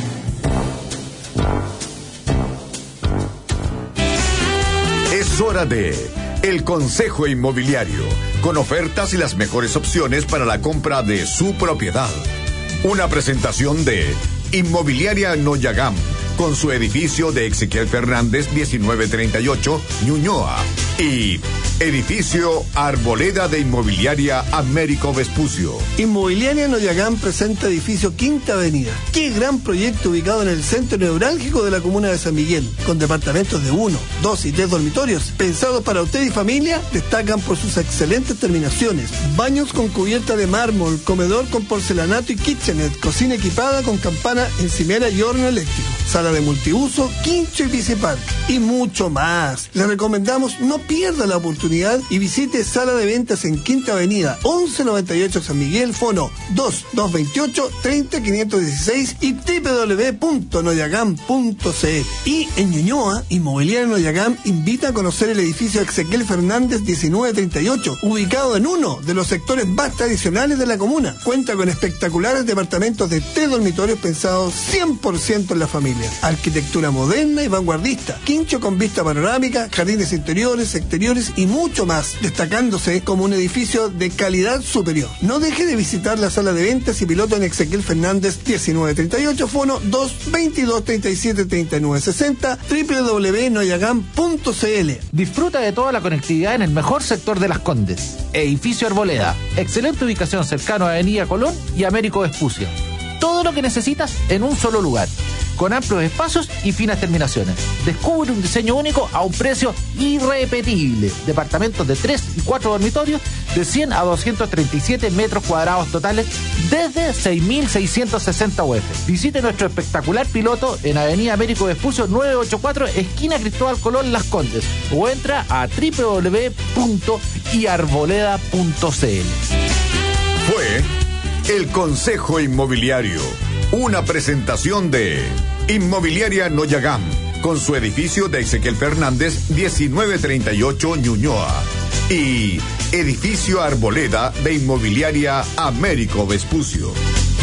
Es hora de El Consejo Inmobiliario, con ofertas y las mejores opciones para la compra de su propiedad. Una presentación de Inmobiliaria Noyagam, con su edificio de Ezequiel Fernández 1938, Ñuñoa, y edificio Arboleda de Inmobiliaria Américo Vespucio. Inmobiliaria Noyagam presenta edificio Quinta Avenida. Qué gran proyecto ubicado en el centro neurálgico de la comuna de San Miguel, con departamentos de 1, 2 y 3 dormitorios, pensados para usted y familia. Destacan por sus excelentes terminaciones: baños con cubierta de mármol, comedor con porcelanato y kitchenette, cocina equipada con campana encimera y horno eléctrico, sala de multiuso, quincho y bicipark, y mucho más. Le recomendamos no pierda la oportunidad y visite Sala de Ventas en Quinta Avenida 1198 San Miguel, fono 2228-30516 y www.noyagam.cl. Y en Ñuñoa, Inmobiliaria Noyagam invita a conocer el edificio Ezequiel Fernández 1938, ubicado en uno de los sectores más tradicionales de la comuna. Cuenta con espectaculares departamentos de 3 dormitorios pensados 100% en la familia. Arquitectura moderna y vanguardista, quincho con vista panorámica, jardines interiores, exteriores y mucho más, destacándose como un edificio de calidad superior. No deje de visitar la sala de ventas y piloto en Ezequiel Fernández 1938, fono 222-37-3960, www.noyagam.cl. Disfruta de toda la conectividad en el mejor sector de Las Condes. Edificio Arboleda, excelente ubicación cercano a Avenida Colón y Américo Vespucio. Todo lo que necesitas en un solo lugar, con amplios espacios y finas terminaciones. Descubre un diseño único a un precio irrepetible. Departamentos de 3 y 4 dormitorios de 100 a 237 metros cuadrados totales desde 6.660 UF. Visite nuestro espectacular piloto en Avenida Américo Vespucio 984, esquina Cristóbal Colón, Las Condes, o entra a www.iarboleda.cl. Fue El Consejo Inmobiliario, una presentación de Inmobiliaria Noyagam, con su edificio de Ezequiel Fernández 1938 Ñuñoa, y Edificio Arboleda de Inmobiliaria Américo Vespucio.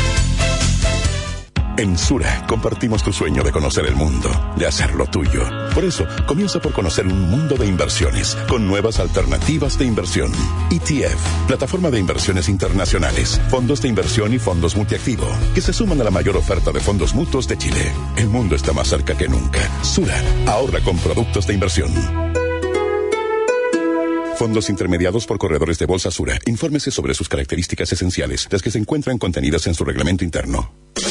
En Sura compartimos tu sueño de conocer el mundo, de hacerlo tuyo. Por eso, comienza por conocer un mundo de inversiones con nuevas alternativas de inversión. ETF, plataforma de inversiones internacionales, fondos de inversión y fondos multiactivo, que se suman a la mayor oferta de fondos mutuos de Chile. El mundo está más cerca que nunca. Sura, ahorra con productos de inversión. Fondos intermediados por corredores de bolsa Sura. Infórmese sobre sus características esenciales, las que se encuentran contenidas en su reglamento interno.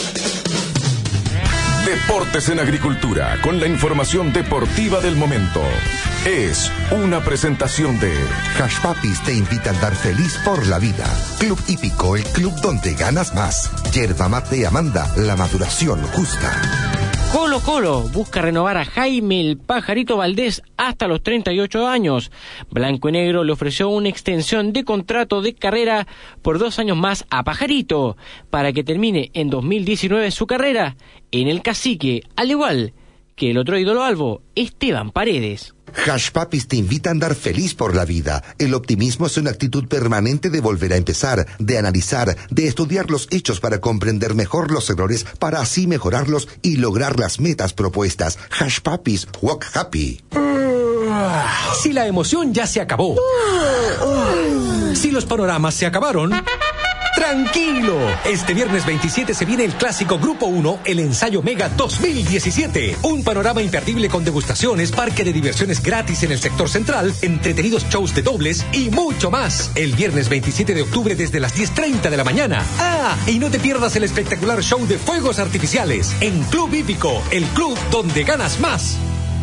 Deportes en Agricultura, con la información deportiva del momento. Es una presentación de Hush Puppies te invita a andar feliz por la vida. Club Hípico, el club donde ganas más. Yerba Mate Amanda, la maduración justa. Colo Colo busca renovar a Jaime el Pajarito Valdés hasta los 38 años. Blanco y Negro le ofreció una extensión de contrato de carrera por 2 años más a Pajarito, para que termine en 2019 su carrera en el Cacique, al igual que el otro ídolo albo, Esteban Paredes. Hush Puppies te invita a andar feliz por la vida. El optimismo es una actitud permanente de volver a empezar, de analizar, de estudiar los hechos para comprender mejor los errores, para así mejorarlos y lograr las metas propuestas. Hush Puppies, walk happy. Si la emoción ya se acabó, si los panoramas se acabaron, ¡tranquilo! Este viernes 27 se viene el clásico Grupo 1, el ensayo Mega 2017. Un panorama imperdible con degustaciones, parque de diversiones gratis en el sector central, entretenidos shows de dobles y mucho más. El viernes 27 de octubre desde las 10:30 de la mañana. ¡Ah! Y no te pierdas el espectacular show de fuegos artificiales en Club Hípico, el club donde ganas más.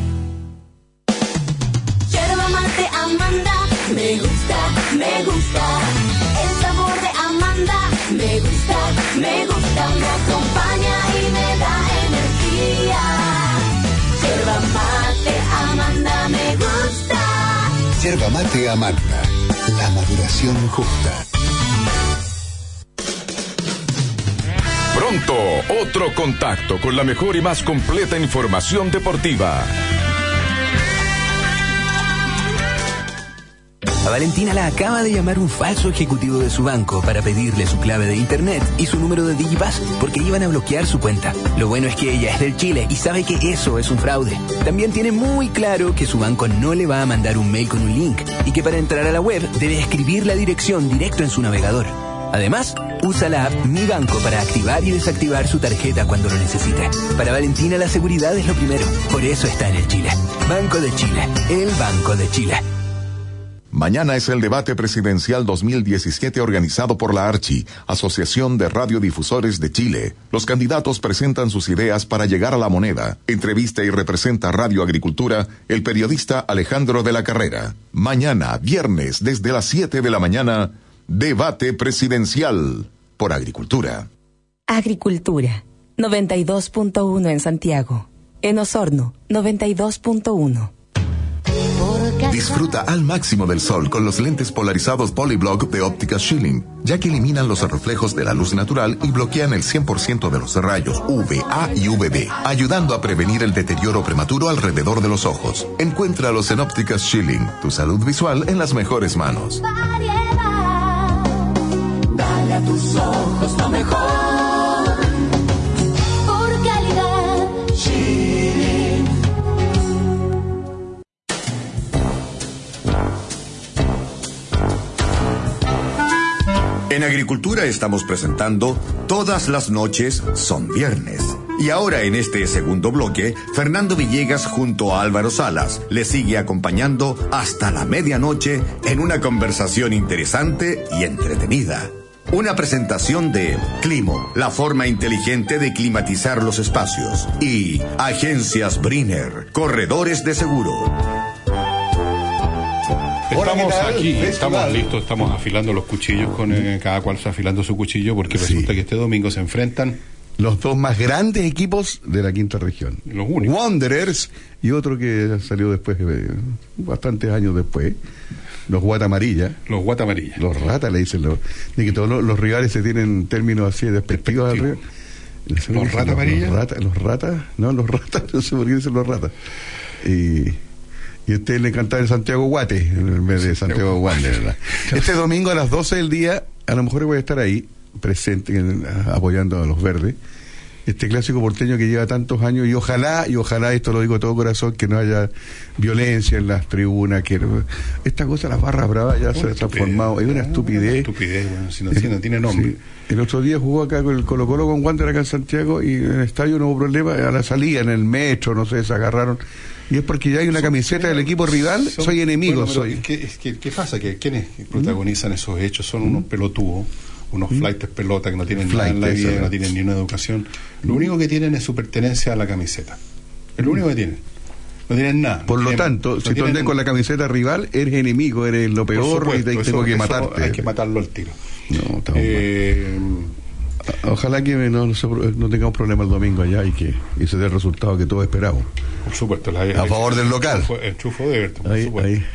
Yerba Mate Amanda, me gusta, me gusta. El sabor de Amanda, me gusta, me acompaña y me da energía. Yerba Mate Amanda, me gusta. Yerba Mate Amanda, la maduración justa. Pronto, otro contacto con la mejor y más completa información deportiva. A Valentina la acaba de llamar un falso ejecutivo de su banco para pedirle su clave de internet y su número de Digipass porque iban a bloquear su cuenta. Lo bueno es que ella es del Chile y sabe que eso es un fraude. También tiene muy claro que su banco no le va a mandar un mail con un link y que para entrar a la web debe escribir la dirección directo en su navegador. Además, usa la app Mi Banco para activar y desactivar su tarjeta cuando lo necesite. Para Valentina la seguridad es lo primero, por eso está en el Chile. Banco de Chile, el Banco de Chile. Mañana es el debate presidencial 2017 organizado por la ARCHI, Asociación de Radiodifusores de Chile. Los candidatos presentan sus ideas para llegar a la moneda. Entrevista y representa Radio Agricultura el periodista Alejandro de la Carrera. Mañana, viernes, desde las 7 de la mañana, debate presidencial por Agricultura. Agricultura, 92.1 en Santiago. En Osorno, 92.1. Disfruta al máximo del sol con los lentes polarizados Polyblock de Ópticas Schilling, ya que eliminan los reflejos de la luz natural y bloquean el 100% de los rayos UVA y UVB, ayudando a prevenir el deterioro prematuro alrededor de los ojos. Encuéntralos en Ópticas Schilling, tu salud visual en las mejores manos. Dale a tus ojos lo mejor. Por calidad, Schilling. En Agricultura estamos presentando Todas las noches son viernes. Y ahora en este segundo bloque, Fernando Villegas junto a Álvaro Salas le sigue acompañando hasta la medianoche en una conversación interesante y entretenida. Una presentación de Climo, la forma inteligente de climatizar los espacios. Y Agencias Brinner, corredores de seguro. Estamos aquí, estamos listos, estamos afilando los cuchillos, cada cual está afilando su cuchillo, porque resulta que este domingo se enfrentan los dos más grandes equipos de la quinta región. Los únicos. Wanderers y otro que salió después, bastantes años después, los Guatamarilla. Los Guatamarilla. Los ratas le dicen, de que todos los rivales se tienen términos así despectivos al rival. ¿Los ratas amarillas? Los ratas, no sé por qué dicen los ratas. Y a usted le encantaba el Santiago Guate en vez de Santiago Wander, ¿verdad? Este domingo a las 12 del día, a lo mejor voy a estar ahí, presente, apoyando a los verdes. Este clásico porteño que lleva tantos años, y ojalá, esto lo digo de todo corazón, que no haya violencia en las tribunas, que esta cosa, las barras bravas ya se ha transformado, es una estupidez. Bueno, si no tiene nombre. Sí. El otro día jugó acá con el Colo-Colo con Wander acá en Santiago, y en el estadio no hubo problema, a la salida, en el metro, no sé, se agarraron. Y es porque ya hay una camiseta del equipo rival, soy enemigo. Bueno, ¿qué pasa? Que quienes protagonizan esos hechos son unos pelotudos, unos flightes pelota que no tienen nada en la vida, no tienen ni una educación. Lo único que tienen es su pertenencia a la camiseta. Es lo único que tienen. No tienen nada. Por lo tanto, si tú andas con la camiseta rival, eres enemigo, eres lo peor, y tengo que matarte. Hay que matarlo al tiro. No, estamos ojalá que no tengamos problemas el domingo allá y se dé el resultado que todos esperamos. Por supuesto. A favor del local. El chufo de Everton, por supuesto. Ahí.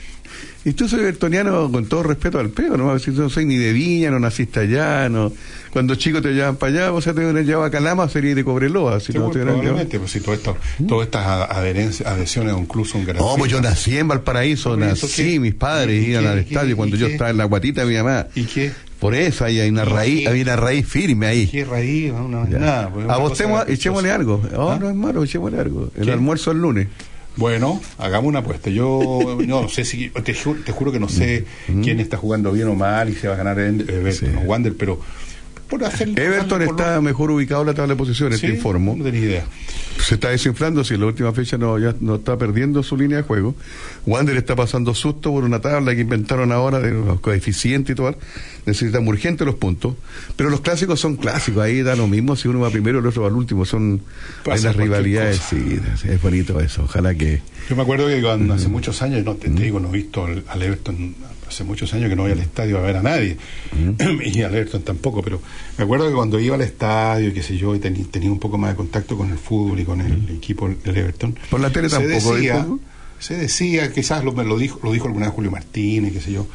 Y tú soy evertoniano con todo respeto al peo, ¿no? Si no soy ni de Viña, no naciste allá, no. Cuando chico te llevaban para allá, o sea, te hubieran llevado a Calama, sería de Cobreloa. Si no te probablemente, pues si todas estas adhesiones, incluso un gran. No, pues yo nací en Valparaíso, mis padres iban al estadio cuando yo estaba en la guatita de mi mamá. ¿Y qué? Por eso hay una raíz, había una raíz firme ahí. ¿Qué raíz? No es nada. Pues echémosle algo. No es malo, echémosle algo. El almuerzo el lunes. Bueno, hagamos una apuesta. Yo no sé si te juro que no sé quién está jugando bien o mal y se va a ganar Everton o Wander, pero por hacer Everton está mejor ubicado en la tabla de posiciones, te informo. No tenía idea. Se está desinflando, si en la última fecha ya no está perdiendo su línea de juego. Wander está pasando susto por una tabla que inventaron ahora de los coeficientes y todo. Necesitamos urgente los puntos, pero los clásicos son clásicos, ahí da lo mismo si uno va primero y el otro va al último, hay las rivalidades, sí, es bonito eso, ojalá que... Yo me acuerdo que cuando hace muchos años, te digo, no he visto al Everton, hace muchos años que no voy al estadio a ver a nadie, y al Everton tampoco, pero me acuerdo que cuando iba al estadio, qué sé yo, y tenía un poco más de contacto con el fútbol y con el equipo del Everton, por la tele tampoco se decía, quizás lo dijo alguna vez Julio Martínez, qué sé yo,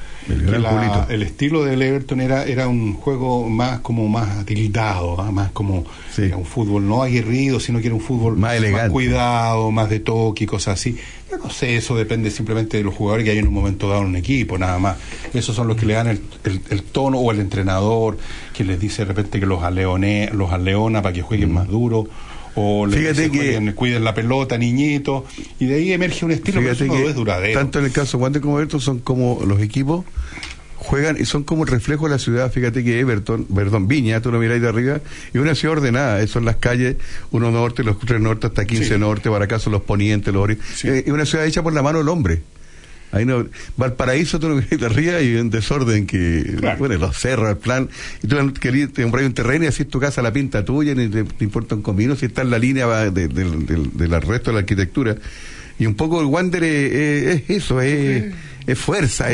el estilo del Everton era un juego más tildado, más como era un fútbol no aguerrido, sino que era un fútbol más elegante, más cuidado, más de toque y cosas así. Yo no sé, eso depende simplemente de los jugadores que hay en un momento dado en un equipo, nada más. Esos son los que le dan el tono, o el entrenador que les dice de repente que los aleona para que jueguen más duro, o fíjate que cuiden la pelota, niñito, y de ahí emerge un estilo que no es duradero. Tanto en el caso de Wander como Everton son como los equipos juegan y son como el reflejo de la ciudad. Fíjate que Viña, tú lo miráis de arriba, y una ciudad ordenada, son las calles, uno norte, los tres norte hasta 15 norte, para acá son los ponientes, los orientes, y una ciudad hecha por la mano del hombre. Ahí no, Valparaíso tú lo miráis de arriba y un desorden bueno, los cerros, el plan, y tú te compras un terreno y así tu casa la pinta tuya, ni te importa un comino si está en la línea del resto de la arquitectura. Y un poco el Wander es eso, es fuerza,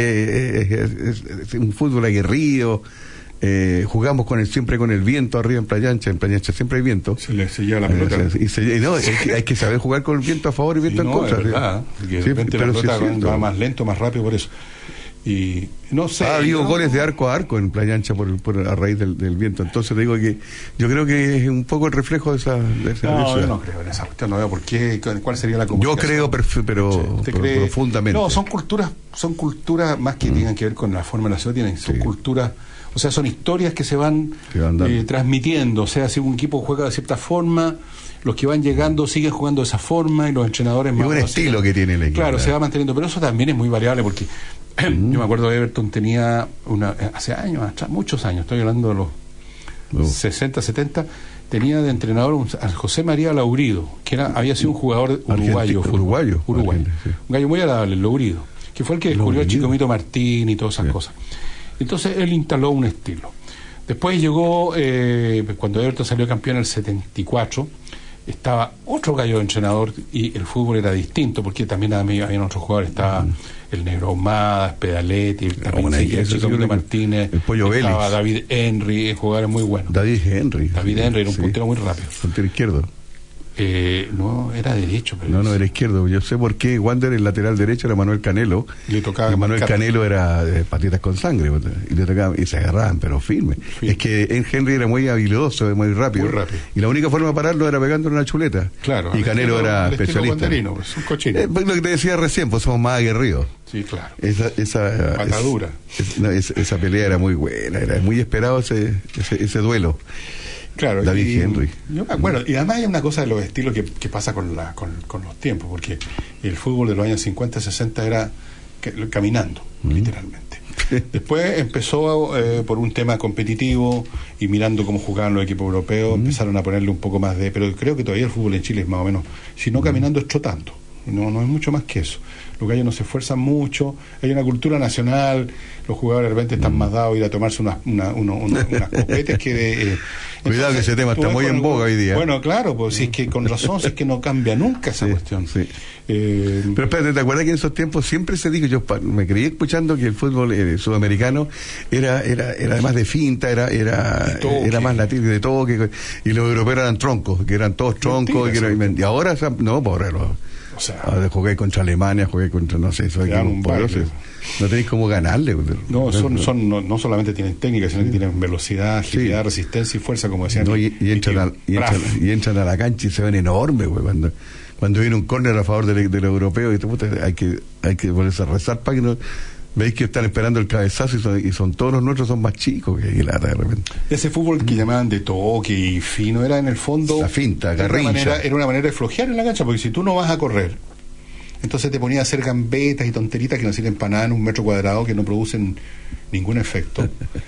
es un fútbol aguerrido. Jugamos siempre con el viento arriba en Playa Ancha siempre hay viento. Se lleva la pelota. Hay que saber jugar con el viento a favor y viento en contra. Es verdad, de repente la pelota va más lento, más rápido por eso. Y no sé. Ha habido goles de arco a arco en Playa Ancha a raíz del viento. Entonces digo que yo creo que es un poco el reflejo de esa yo no creo en esa cuestión, no veo por qué, cuál sería la comunicación. Yo creo, pero profundamente. No, son culturas más que tengan que ver con la forma de la ciudad, son culturas. O sea, son historias que se van transmitiendo. O sea, si un equipo juega de cierta forma, los que van llegando siguen jugando de esa forma, y los entrenadores más... Y un estilo que tiene el equipo. Claro, se va manteniendo. Pero eso también es muy variable, porque yo me acuerdo de Everton tenía hace años, muchos años, estoy hablando de los 60, 70, tenía de entrenador a José María Laurido, que había sido un jugador uruguayo. Un gallo muy agradable, Laurido, que fue el que descubrió al Chico Mito Martín y todas esas cosas. Entonces él instaló un estilo. Después llegó, cuando Everton salió campeón en el 74, estaba otro gallo de entrenador, y el fútbol era distinto, porque también había otros jugadores, estaba el Negro Ahumada, Pedaletti, el Chico Martínez, el Pollo Vélez, estaba David Henry, jugadores muy buenos. David Henry era un puntero muy rápido. Puntero izquierdo. No, era derecho. Pero no, era izquierdo. Yo sé por qué Wander, el lateral derecho, era Manuel Canelo. Le tocaba y Manuel Canelo era patitas con sangre. Y le tocaba, y se agarraban, pero firme. Es que Henry era muy habilidoso, muy rápido. Y la única forma de pararlo era pegándole una chuleta. Claro. Y Canelo era especialista. Pues, un cochino. Lo que te decía recién, pues somos más aguerridos. Sí, claro. Esa patadura. Esa pelea era muy buena, era muy esperado ese duelo. Claro, David Henry. Yo me acuerdo, y además hay una cosa de los estilos que pasa con los tiempos, porque el fútbol de los años 50, 60 era caminando, literalmente. Después empezó por un tema competitivo y mirando cómo jugaban los equipos europeos, empezaron a ponerle un poco más pero creo que todavía el fútbol en Chile es más o menos, si no caminando es trotando. No es mucho más que eso. Los gallos no se esfuerzan mucho, hay una cultura nacional, los jugadores de repente están más dados a ir a tomarse unas copetes que cuidado que ese tema está muy en boga hoy día. Bueno, claro, pues si es que con razón, si es que no cambia nunca esa cuestión. Sí. Pero espérate, ¿te acuerdas que en esos tiempos siempre se dijo, yo me creí escuchando que el fútbol sudamericano era además de finta, era más latino, de toque, y los europeos eran troncos, que eran todos troncos, y ahora no, o sea, jugué contra Alemania, jugué contra, no sé, esos equipos poderosos. No tenéis cómo ganarle. No, no solamente tienen técnica, sino que tienen velocidad, agilidad, resistencia y fuerza, como decían. No, y entran a la cancha y se ven enormes, güey. Cuando viene un córner a favor de los europeos, hay que ponerse a rezar para que no. Veis que están esperando el cabezazo y son todos los nuestros son más chicos que lata de repente. Ese fútbol que llamaban de toque y fino era en el fondo la finta, garrincha. Era una manera de flojear en la cancha, porque si tú no vas a correr, entonces te ponías a hacer gambetas y tonteritas que no sirven para nada en un metro cuadrado, que no producen ningún efecto,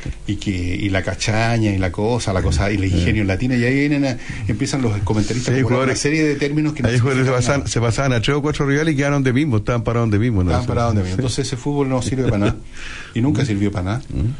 y la cachaña y la cosa y el ingenio latina, y ahí empiezan los comentaristas a poner una serie de términos que no se pasaban a 3 o 4 rivales y quedaron de mismo, estaban parados de mismo. Entonces ese fútbol no sirve para nada, y nunca sirvió para nada.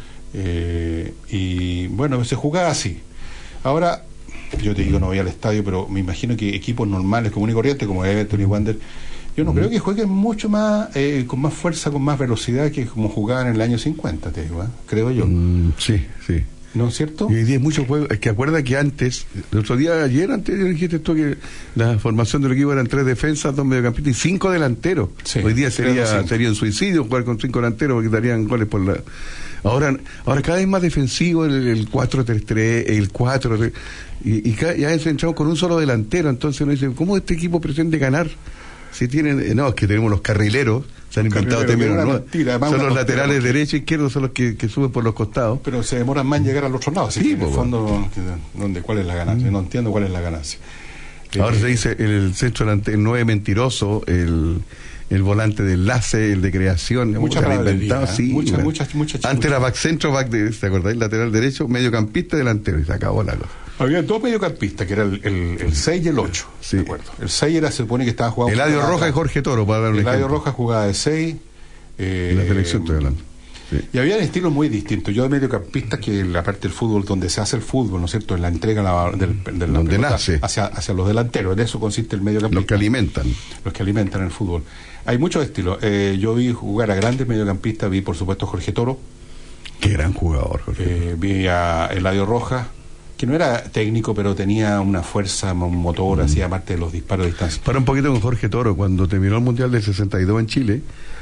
Y bueno, se jugaba así. Ahora, yo te digo, no voy al estadio, pero me imagino que equipos normales, común y corriente, como Everton y Wander, yo no creo que jueguen mucho más, con más fuerza, con más velocidad que como jugaban en el año 50, te digo, creo yo. Sí. ¿No es cierto? Y hoy día hay muchos juegos. Es que acuerda que antes, el otro día, antes dijiste esto, que la formación del equipo eran 3 defensas, 2 mediocampistas y 5 delanteros. Sí, hoy día sería un suicidio jugar con 5 delanteros porque darían goles por la. Ahora cada vez más defensivo el 4-3-3, el 4. Y ya entramos con un solo delantero. Entonces uno dice, ¿cómo este equipo pretende ganar? Si tienen, no, es que tenemos los carrileros, se han inventado términos nuevos. Son los laterales derecho e izquierdo, son los que suben por los costados. Pero se demoran más en llegar al otro lado. Así que en el fondo, ¿cuál es la ganancia? No entiendo cuál es la ganancia. Ahora se dice el centro delante, el 9 mentiroso, el volante de enlace, el de creación. Muchas inventado, sí. Muchas. Antes era back centro, ¿te acordáis? Lateral derecho, mediocampista, delantero, y se acabó la cosa. Había 2 mediocampistas, que era el 6 y el 8, sí. ¿De acuerdo? El 6 se supone que estaba jugando... Eladio Rojas y Jorge Toro, para dar un ejemplo. Eladio Rojas jugaba de 6. En la selección estoy hablando. Sí. Y había estilos muy distintos. Yo de mediocampistas, que la parte del fútbol, donde se hace el fútbol, ¿no es cierto?, en la entrega de la pelota nace hacia los delanteros. En eso consiste el mediocampista. Los que alimentan el fútbol. Hay muchos estilos. Yo vi jugar a grandes mediocampistas. Vi, por supuesto, a Jorge Toro. Qué gran jugador, Jorge. Vi a Eladio Rojas, que no era técnico, pero tenía una fuerza, un motor, así, aparte de los disparos de distancia. Para un poquito con Jorge Toro, cuando terminó el Mundial del 62 en Chile,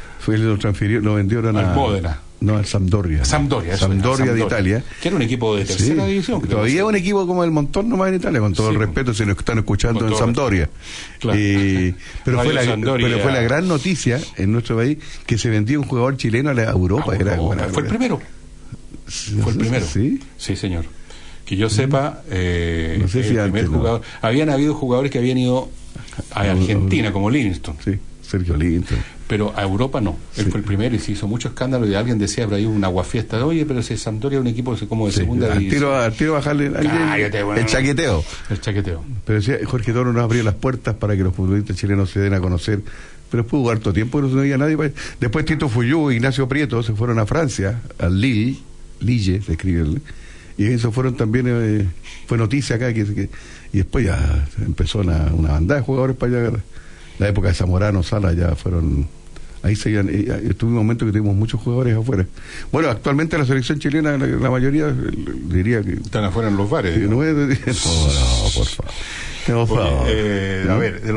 lo vendieron al Módena. No, al Sampdoria. Sampdoria de Italia. Que era un equipo de tercera división. Todavía es un equipo como el montón nomás en Italia, con todo el respeto, si nos están escuchando en Sampdoria. Claro. Pero fue la gran noticia en nuestro país que se vendió un jugador chileno a Europa. Fue el primero. Fue el primero. ¿Sí? Sí, señor. Que yo sepa, no sé si el primer jugador. Habían habido jugadores que habían ido a Argentina, como Livingston. Sí, Sergio Livingston. Pero a Europa no. Él fue el primero y se hizo mucho escándalo. Y alguien decía, pero hay un aguafiesta. Oye, pero si Sampdoria es un equipo como de segunda división. Al tiro bajarle el chaqueteo. El chaqueteo. Pero decía, Jorge Toro nos abrió las puertas para que los futbolistas chilenos se den a conocer. Pero después hubo harto tiempo que no se veía nadie. Después Tito Fuyú y Ignacio Prieto se fueron a Francia, al Lille se escribe, y eso fueron también, fue noticia acá, y después ya empezó una banda de jugadores para allá. La época de Zamorano, Sala, ya fueron, ahí estuvo un momento que tuvimos muchos jugadores afuera. Bueno, actualmente la selección chilena, la mayoría, diría que... Están afuera en los bares. No, por favor. Por favor. A ver, de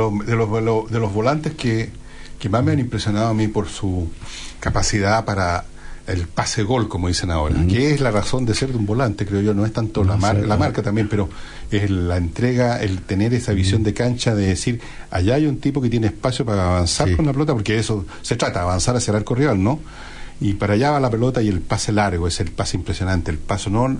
los volantes que más me han impresionado a mí por su capacidad para el pase gol, como dicen ahora, que es la razón de ser de un volante, creo yo. No es tanto la marca también, pero es la entrega, el tener esa visión de cancha, de decir, allá hay un tipo que tiene espacio para avanzar con la pelota, porque eso se trata, avanzar hacia el arco rival, ¿no? Y para allá va la pelota, y el pase largo es el pase impresionante. El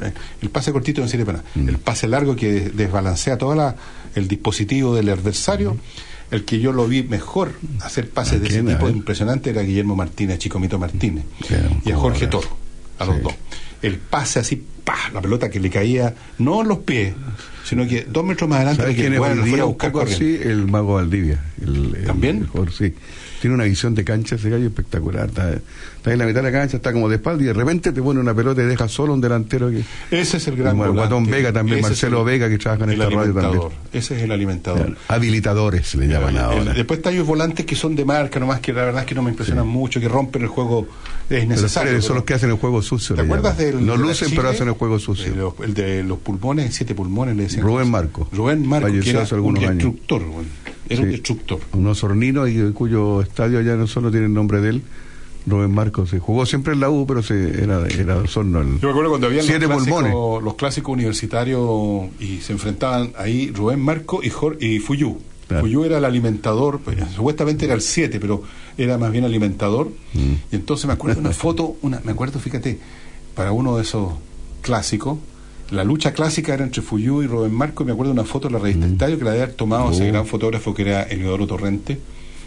pase cortito no sirve para nada. El pase largo que desbalancea todo el dispositivo del adversario. El que yo lo vi mejor hacer pases de ese tipo impresionante era Guillermo Martínez, Chicomito Martínez, y a Jorge Toro, a los dos. El pase así, la pelota que le caía no en los pies, sino que 2 metros más adelante, que el bueno, fuera a buscar así, el Mago Valdivia. ¿También? Mejor, sí. Tiene una visión de cancha ese gallo espectacular. Está en la mitad de la cancha, está como de espalda, y de repente te pone una pelota y deja solo un delantero. Ese es el gran volante. El Guatón Vega también, Marcelo Vega, que trabaja en esta radio también. Ese es el alimentador. Habilitadores le llaman ahora. Después está hay volantes que son de marca nomás, que la verdad es que no me impresionan mucho, que rompen el juego, es necesario. Pero son los que hacen el juego sucio. ¿Te acuerdas del no lucen, pero hacen el juego sucio. El de los pulmones, 7 pulmones, le decían. Rubén Marco, que era un destructor, era un destructor. Un osornino, y cuyo estadio allá no solo tiene el nombre de él, Rubén Marcos. Se jugó siempre en la U, pero era Osorno. Yo me acuerdo cuando había los clásicos universitarios y se enfrentaban ahí Rubén Marco y Fuyú. Claro. Fuyú era el alimentador, pues, supuestamente era el 7, pero era más bien alimentador. Y entonces me acuerdo de una foto, fíjate, para uno de esos clásicos. La lucha clásica era entre Fuyú y Rubén Marco, y me acuerdo de una foto de la revista Estadio que la había tomado ese gran fotógrafo que era Eliodoro Torrente.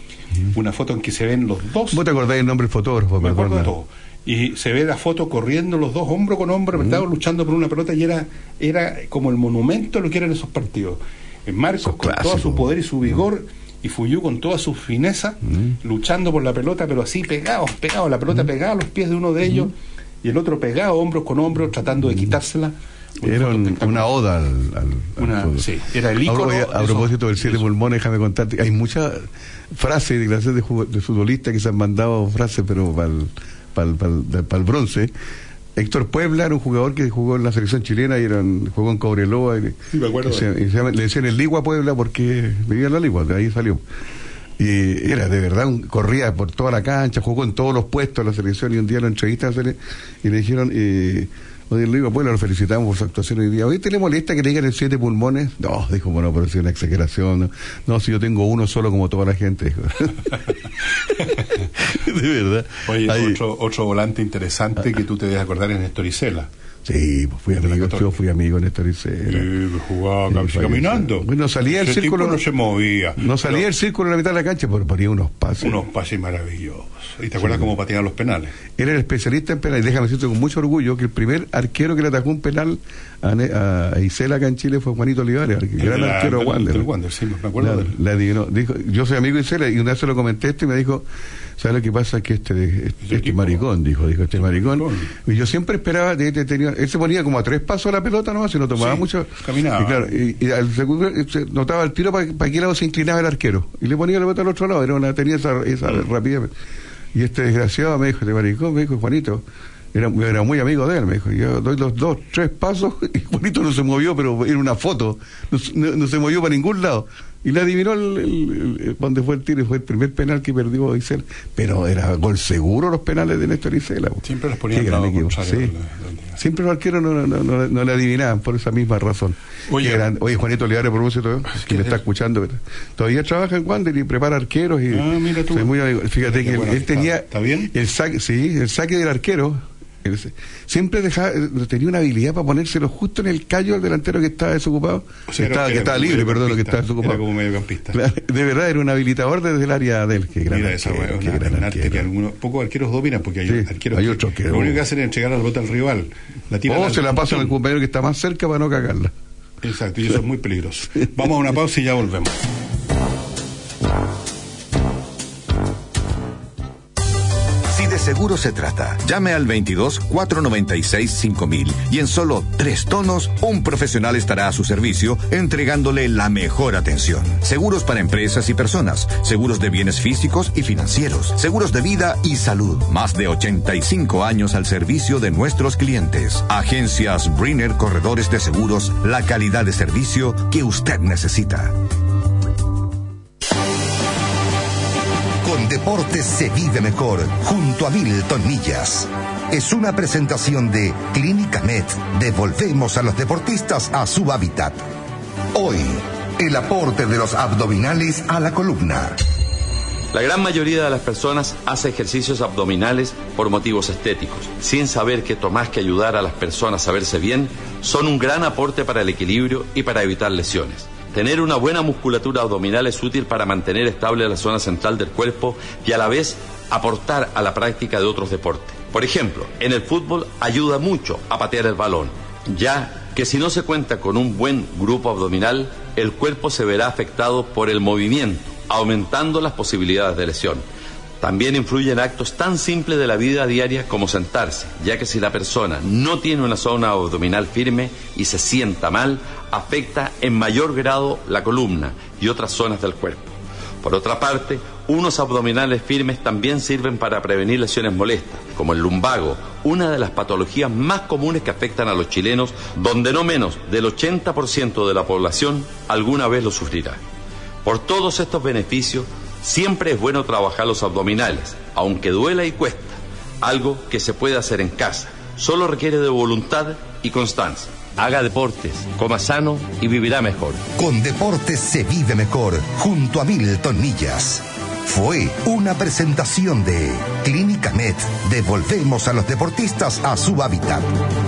Una foto en que se ven los dos. ¿Vos te acordás del nombre del fotógrafo? Me acuerdo de todo. Y se ve la foto corriendo los dos hombro con hombro, luchando por una pelota, y era como el monumento de lo que eran esos partidos. Marcos con todo su poder y su vigor, y Fuyú con toda su fineza, luchando por la pelota, pero así pegados, la pelota pegada a los pies de uno de ellos, y el otro pegado, hombros con hombros, tratando de quitársela. Era una oda al era el ícono. A propósito del 7 pulmones, déjame contarte, hay muchas frases y declaraciones de futbolistas que se han mandado frases, pero para el bronce. Héctor Puebla era un jugador que jugó en la selección chilena y jugó en Cobreloa, le decían el Ligua Puebla porque vivía en la Ligua, de ahí salió. Y era de verdad, corría por toda la cancha, jugó en todos los puestos de la selección, y un día lo entrevistaron y le dijeron, oye, Luis, pues lo felicitamos por su actuación hoy día. ¿Hoy te le molesta que le digan el 7 pulmones? No, dijo, bueno, pero es una exageración. No, si yo tengo uno solo como toda la gente, dijo. De verdad. Oye, otro volante interesante que tú te debes acordar es Néstor Isela. Sí, pues yo fui amigo de Néstor Isela. Jugaba caminando. Bueno, salía el círculo. No se movía. No salía el círculo en la mitad de la cancha, pero ponía unos pases. Unos pases maravillosos. ¿Y te acuerdas cómo pateaban los penales? Era el especialista en penales. Déjame decirte con mucho orgullo que el primer arquero que le atajó un penal a Isela acá en Chile fue Juanito Olivares, el gran arquero de Wander. Sí, me acuerdo. Le adivinó. Dijo, yo soy amigo de Isela, y una vez se lo comenté esto y me dijo, ¿sabes lo que pasa? Que este maricón, dijo este maricón. Y yo siempre esperaba, él se ponía como a 3 pasos a la pelota nomás, y no tomaba mucho. Caminaba. Y claro, y al segundo se notaba el tiro para qué lado se inclinaba el arquero. Y le ponía la pelota al otro lado, tenía esa rapidez. Y este desgraciado me dijo, este maricón, me dijo, Juanito, era muy amigo de él, me dijo, yo doy los 2-3 pasos, y Juanito no se movió, pero era una foto, no se movió para ningún lado. Y le adivinó donde fue el tiro, y fue el primer penal que perdió Isela. Pero era gol seguro los penales de Néstor Isela. Siempre los ponían al lado contrario. Sí. Siempre los arqueros no le adivinaban por esa misma razón. Oye, Juanito Olivares, a propósito, que me está escuchando, todavía trabaja en Wander y prepara arqueros. Mira tú. Fíjate que él tenía ¿Está bien? el saque del arquero. Siempre tenía una habilidad para ponérselo justo en el callo al delantero que estaba desocupado, que estaba libre, perdón, que estaba desocupado. Era como mediocampista. De verdad, era un habilitador desde el área de él. Mira esa gran arquero. Que algunos pocos arqueros dominan, porque hay arqueros hay otros que lo único que hacen es entregar la pelota al rival. Se la pasan al compañero que está más cerca para no cagarla. Exacto, y eso es muy peligroso. Vamos a una pausa y ya volvemos. seguro se trata. Llame al 22-496-5000 y en solo 3 tonos, un profesional estará a su servicio entregándole la mejor atención. Seguros para empresas y personas, seguros de bienes físicos y financieros, seguros de vida y salud. Más de 85 años al servicio de nuestros clientes. Agencias Brenner Corredores de Seguros, la calidad de servicio que usted necesita. Con deportes se vive mejor, junto a Milton Millas. Es una presentación de Clínica Med. Devolvemos a los deportistas a su hábitat. Hoy, el aporte de los abdominales a la columna. La gran mayoría de las personas hace ejercicios abdominales por motivos estéticos, sin saber que más que ayudar a las personas a verse bien, son un gran aporte para el equilibrio y para evitar lesiones. Tener una buena musculatura abdominal es útil para mantener estable la zona central del cuerpo y a la vez aportar a la práctica de otros deportes. Por ejemplo, en el fútbol ayuda mucho a patear el balón, ya que si no se cuenta con un buen grupo abdominal, el cuerpo se verá afectado por el movimiento, aumentando las posibilidades de lesión. También influyen actos tan simples de la vida diaria como sentarse, ya que si la persona no tiene una zona abdominal firme y se sienta mal, afecta en mayor grado la columna y otras zonas del cuerpo. Por otra parte, unos abdominales firmes también sirven para prevenir lesiones molestas, como el lumbago, una de las patologías más comunes que afectan a los chilenos, donde no menos del 80% de la población alguna vez lo sufrirá. Por todos estos beneficios, siempre es bueno trabajar los abdominales, aunque duela y cuesta, algo que se puede hacer en casa. Solo requiere de voluntad y constancia. Haga deportes, coma sano y vivirá mejor. Con deportes se vive mejor, junto a Milton Millas. Fue una presentación de Clínica Med. Devolvemos a los deportistas a su hábitat.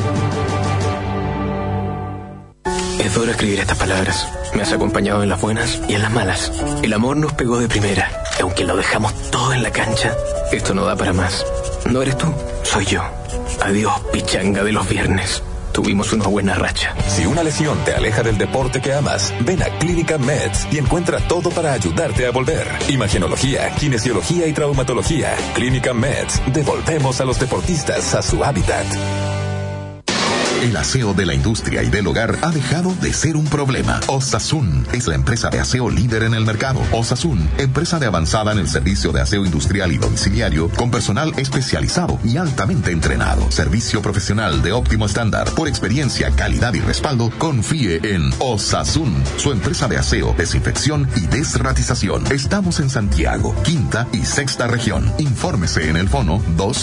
Es duro escribir estas palabras. Me has acompañado en las buenas y en las malas. El amor nos pegó de primera. Y aunque lo dejamos todo en la cancha, esto no da para más. No eres tú, soy yo. Adiós, pichanga de los viernes. Tuvimos una buena racha. Si una lesión te aleja del deporte que amas, ven a Clínica Meds y encuentra todo para ayudarte a volver. Imagenología, kinesiología y traumatología. Clínica Meds. Devolvemos a los deportistas a su hábitat. El aseo de la industria y del hogar ha dejado de ser un problema. Osasun es la empresa de aseo líder en el mercado. Osasun, empresa de avanzada en el servicio de aseo industrial y domiciliario, con personal especializado y altamente entrenado. Servicio profesional de óptimo estándar. Por experiencia, calidad y respaldo, confíe en Osasun, su empresa de aseo, desinfección y desratización. Estamos en Santiago, quinta y sexta región. Infórmese en el fono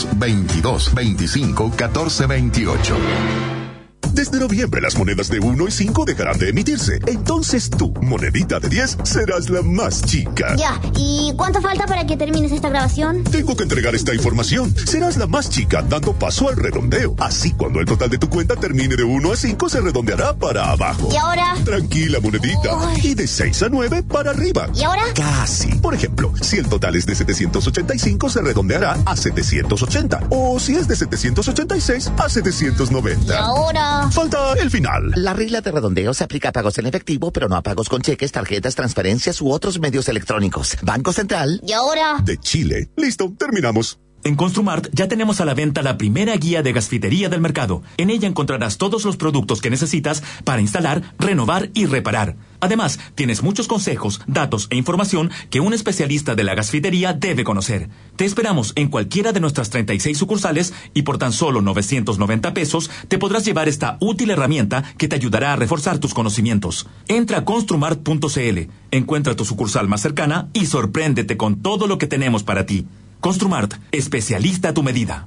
222-25-1428. Desde noviembre las monedas de 1 y 5 dejarán de emitirse. Entonces tú, monedita de 10, serás la más chica. Ya, ¿y cuánto falta para que termines esta grabación? Tengo que entregar esta información. Serás la más chica dando paso al redondeo. Así cuando el total de tu cuenta termine de 1 a 5 se redondeará para abajo. ¿Y ahora? Tranquila, monedita. Y de 6 a 9 para arriba. ¿Y ahora? Casi. Por ejemplo, si el total es de 785 se redondeará a 780. O si es de 786 a 790. ¿Y ahora? Falta el final. La regla de redondeo se aplica a pagos en efectivo, pero no a pagos con cheques, tarjetas, transferencias u otros medios electrónicos. Banco Central. ¿Y ahora? De Chile. Listo, terminamos. En Construmart ya tenemos a la venta la primera guía de gasfitería del mercado. En ella encontrarás todos los productos que necesitas para instalar, renovar y reparar. Además, tienes muchos consejos, datos e información que un especialista de la gasfitería debe conocer. Te esperamos en cualquiera de nuestras 36 sucursales y por tan solo 990 pesos te podrás llevar esta útil herramienta que te ayudará a reforzar tus conocimientos. Entra a construmart.cl, encuentra tu sucursal más cercana y sorpréndete con todo lo que tenemos para ti. Construmart, especialista a tu medida.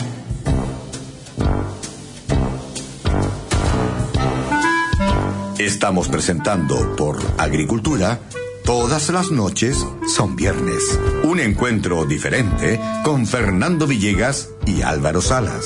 Estamos presentando por Agricultura, todas las noches son viernes. Un encuentro diferente con Fernando Villegas y Álvaro Salas.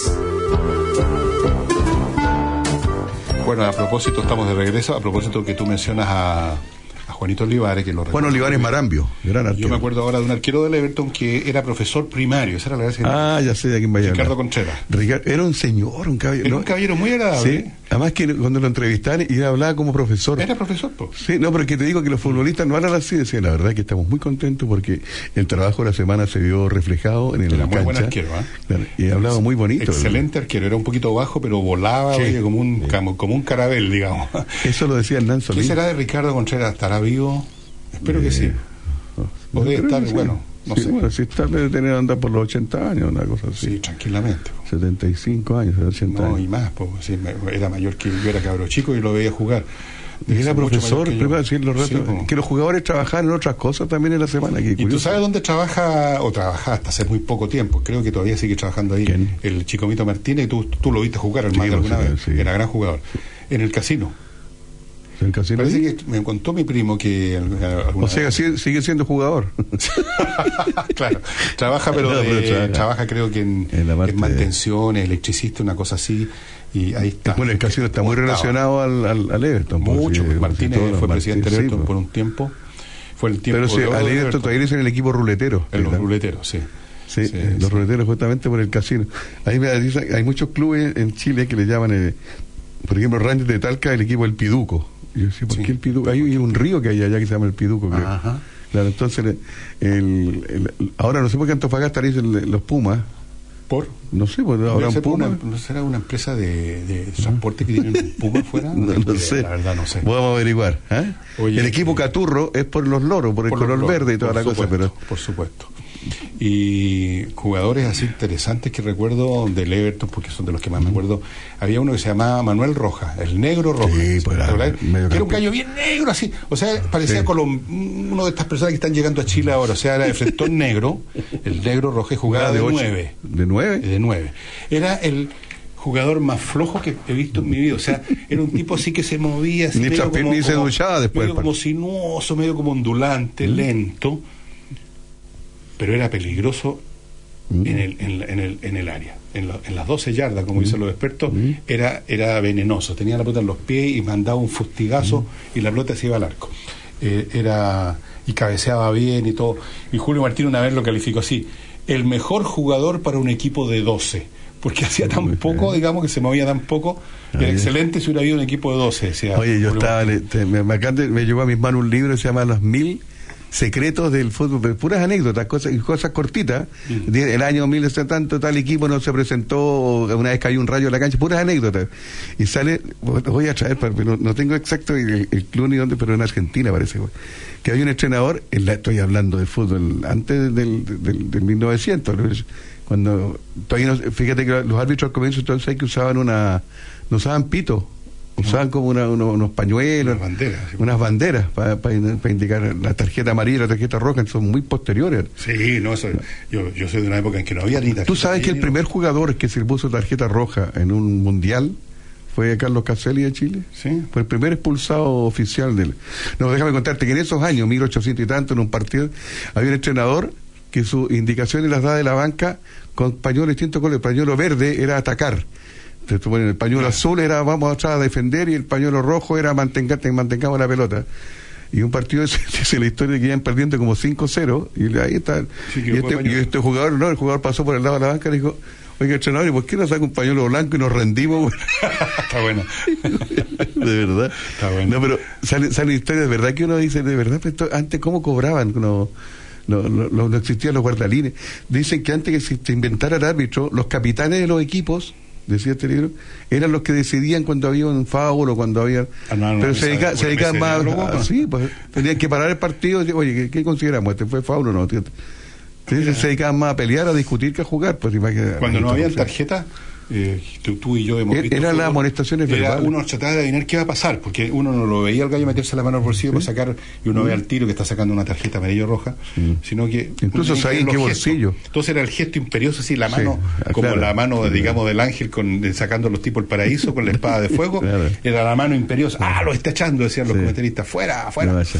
Bueno, a propósito, estamos de regreso, a propósito que tú mencionas a Juanito Olivares, que lo recuerdo. Juan Olivares Marambio, gran arquero. Yo me acuerdo ahora de un arquero del Everton que era profesor primario, esa era la gracia. Ya sé de quién vaya. Ricardo Contreras. Era un señor, un caballero. Era un caballero muy agradable. Sí. Además que cuando lo entrevistaban y él hablaba como profesor. Era profesor, pues. Sí, no, pero que te digo que los futbolistas no hablan así, decía, la verdad que estamos muy contentos porque el trabajo de la semana se vio reflejado en el Era cancha. muy buen arquero, Claro, y hablaba muy bonito. Excelente arquero, era un poquito bajo, pero volaba, Sí. oye, como un carabel, digamos. Eso lo decía Hernán Solís. ¿Qué será de Ricardo Contreras? ¿Estará vivo? Espero que sí. Podría creo estar, que sí. bueno, no Sí, sé. bueno, si está debe tener andar por los 80 años, una cosa así. Sí, tranquilamente. 75 años, 80 No, años. y más, pues, sí, era mayor que yo, era cabro chico y lo veía jugar. Y era Mucho profesor, mayor que yo. primero, sí, los ratos, Sí, pues. que los jugadores trabajaban en otras cosas también en la semana. ¿Y tú sabes dónde trabaja, o trabajaba hasta hace muy poco tiempo? Creo que todavía sigue trabajando ahí. ¿Quién? El Chicomito Martínez, tú lo viste jugar al Mario alguna vez. sí. Era gran jugador. En el casino. ¿El casino? Parece que me contó mi primo que alguna O sea, vez- sigue siendo jugador. Claro, trabaja, pero, No, pero trabaja creo que en la parte mantenciones, electricista, una cosa así, y ahí está. Bueno, el casino está muy relacionado al Everton. pues, Mucho, sí, porque Martínez sí, todo, fue presidente del sí, Everton pues. por un tiempo. Fue el tiempo Pero sí, de oro al de Everton todavía es en el equipo ruletero. En los ¿verdad? ruleteros, sí. Sí, los ruleteros justamente por el casino. Ahí me dicen, hay muchos clubes en Chile que le llaman, por ejemplo, Rangers de Talca, el equipo El Piduco. Y yo decía, ¿por qué el Piduco? Hay un río que hay allá que se llama El Piduco, creo. Ajá. Claro, entonces, ahora no sé por qué Antofagasta le dicen los Pumas. ¿Por? No sé, pues ahora ¿No Pumas. ¿No será una empresa de transporte que tiene un Puma afuera? No sé. La verdad no sé. Vamos a averiguar. ¿eh? Oye, el equipo Caturro es por los loros, por el color los verde y toda la por cosa, supuesto, pero por supuesto. Y jugadores así interesantes que recuerdo del Everton, porque son de los que más me acuerdo. Había uno que se llamaba Manuel Rojas, el negro Rojas. Sí, pues ¿te acuerdas? medio Que era un campo. gallo bien negro así. O sea, parecía Sí. uno de estas personas que están llegando a Chile ahora. O sea, era de frentón negro, el negro Rojas, jugaba de 9. ¿De 9? De 9. Era el jugador más flojo que he visto en mi vida. O sea, era un tipo así que se movía así, Ni medio ni se duchaba después medio del como sinuoso, medio como ondulante, lento, pero era peligroso en el área, en las 12 yardas, como dicen los expertos. Era venenoso, tenía la pelota en los pies y mandaba un fustigazo y la pelota se iba al arco. Y cabeceaba bien y todo. Y Julio Martín una vez lo calificó así: el mejor jugador para un equipo de 12, porque hacía tan poco, digamos, que se movía tan poco. Era excelente si hubiera habido un equipo de 12, decía. Oye, yo Julio estaba, Martín. me llegó a mis manos un libro que se llama Los 1000 secretos del fútbol, pero puras anécdotas, cosas cortitas. El año 1000 tanto, tal equipo no se presentó, una vez cayó un rayo en la cancha, puras anécdotas. Y sale, lo voy a traer, pero no tengo exacto el club ni dónde, pero en Argentina parece, que había un entrenador, estoy hablando de fútbol antes del 1900, cuando todavía no, fíjate que los árbitros al comienzo entonces hay que no usaban pito, usaban como unos pañuelos, unas banderas para indicar la tarjeta amarilla y la tarjeta roja, son muy posteriores. Sí, no, eso, yo soy de una época en que no había ni tarjeta. Tú sabes que el primer jugador que se puso tarjeta roja en un mundial fue Carlos Caselli de Chile. Sí. Fue el primer expulsado oficial del. No, déjame contarte que en esos años, 1800 y tanto, en un partido, había un entrenador que sus indicaciones las daba de la banca con pañuelo distinto color. El pañuelo verde era atacar. Entonces, bueno, el pañuelo azul era vamos atrás a defender y el pañuelo rojo era mantengamos la pelota. Y un partido dice la historia de que iban perdiendo como 5-0 y ahí está. Sí, y este jugador, el jugador pasó por el lado de la banca y dijo: oiga, entrenador, ¿y por qué no saca un pañuelo blanco y nos rendimos? Está bueno. De verdad. Está bueno. No, pero sale historias de verdad que uno dice, de verdad, pero antes cómo cobraban, no existían los guardalines. Dicen que antes que se inventara el árbitro, los capitanes de los equipos, decía este libro, eran los que decidían cuando había un foul o cuando había. Pero se dedicaban más. Sí, pues tenían que parar el partido y decir, oye, ¿qué consideramos? ¿Este fue foul o no? Entonces se dedicaban más a pelear, a discutir que a jugar. Pues, cuando no habían tarjeta, tú y yo hemos visto. Eran las amonestaciones verbales. Uno trataba de adivinar qué va a pasar, porque uno no lo veía al gallo meterse la mano al bolsillo para sacar, y uno ve al tiro que está sacando una tarjeta amarillo roja, sino que. Incluso sabía en qué bolsillo. Entonces era el gesto imperioso, así, la mano, como la mano, digamos, del ángel sacando los tipos el paraíso con la espada de fuego, era la mano imperiosa. Lo está echando, decían los comentaristas, fuera.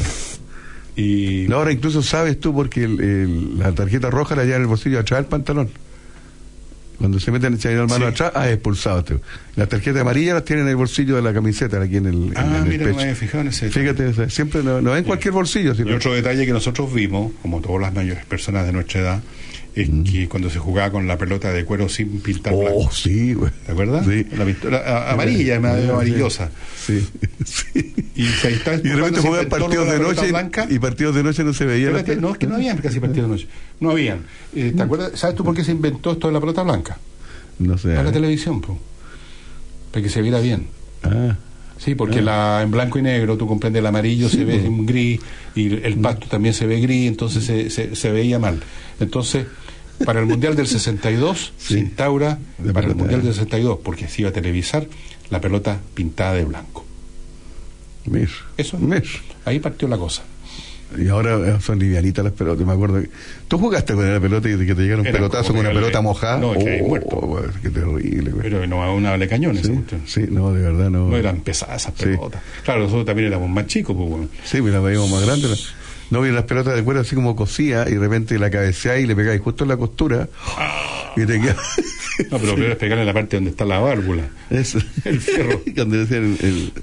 Y ahora incluso sabes tú porque la tarjeta roja la lleva en el bolsillo atrás del pantalón. Cuando se meten la mano atrás, es expulsado. La tarjeta amarilla las tienen en el bolsillo de la camiseta, aquí en el mira, pecho. no me había fijado en ese. Fíjate, siempre no en cualquier bolsillo. Y otro detalle que nosotros vimos, como todas las mayores personas de nuestra edad, es que cuando se jugaba con la pelota de cuero sin pintar blanco. Sí, güey. ¿Te acuerdas? Sí. La pintura amarilla, medio amarillosa. Sí. Y se está y de repente jugaban partidos de noche y partidos de noche no se veía. No, es que no habían casi partidos de noche. No habían. ¿Te acuerdas? ¿Sabes tú por qué se inventó esto de la pelota blanca? No sé. Para la televisión, pues. Para que se viera bien. Sí, porque en blanco y negro, tú comprendes, el amarillo se ve en gris y el pasto también se ve gris, entonces se veía mal. Entonces, para el Mundial del 62 se instaura, para el Mundial del 62, porque se iba a televisar, la pelota pintada de blanco. Eso, ahí partió la cosa. Y ahora son livianitas las pelotas. Me acuerdo que tú jugaste con la pelota y que te llegaron un pelotazo con una pelota mojada. No, que hay muerto. Qué terrible, güey. Pero no, una de cañones. Sí, no, de verdad no. No eran pesadas esas pelotas. Claro, nosotros también éramos más chicos, pues bueno. Sí, pues las veíamos más grandes. No, vi las pelotas de cuero así como cosía y de repente la cabeceáis y le pegáis justo en la costura y te queda. No, pero primero es pegarle en la parte donde está la válvula. Eso. El fierro. Cuando decían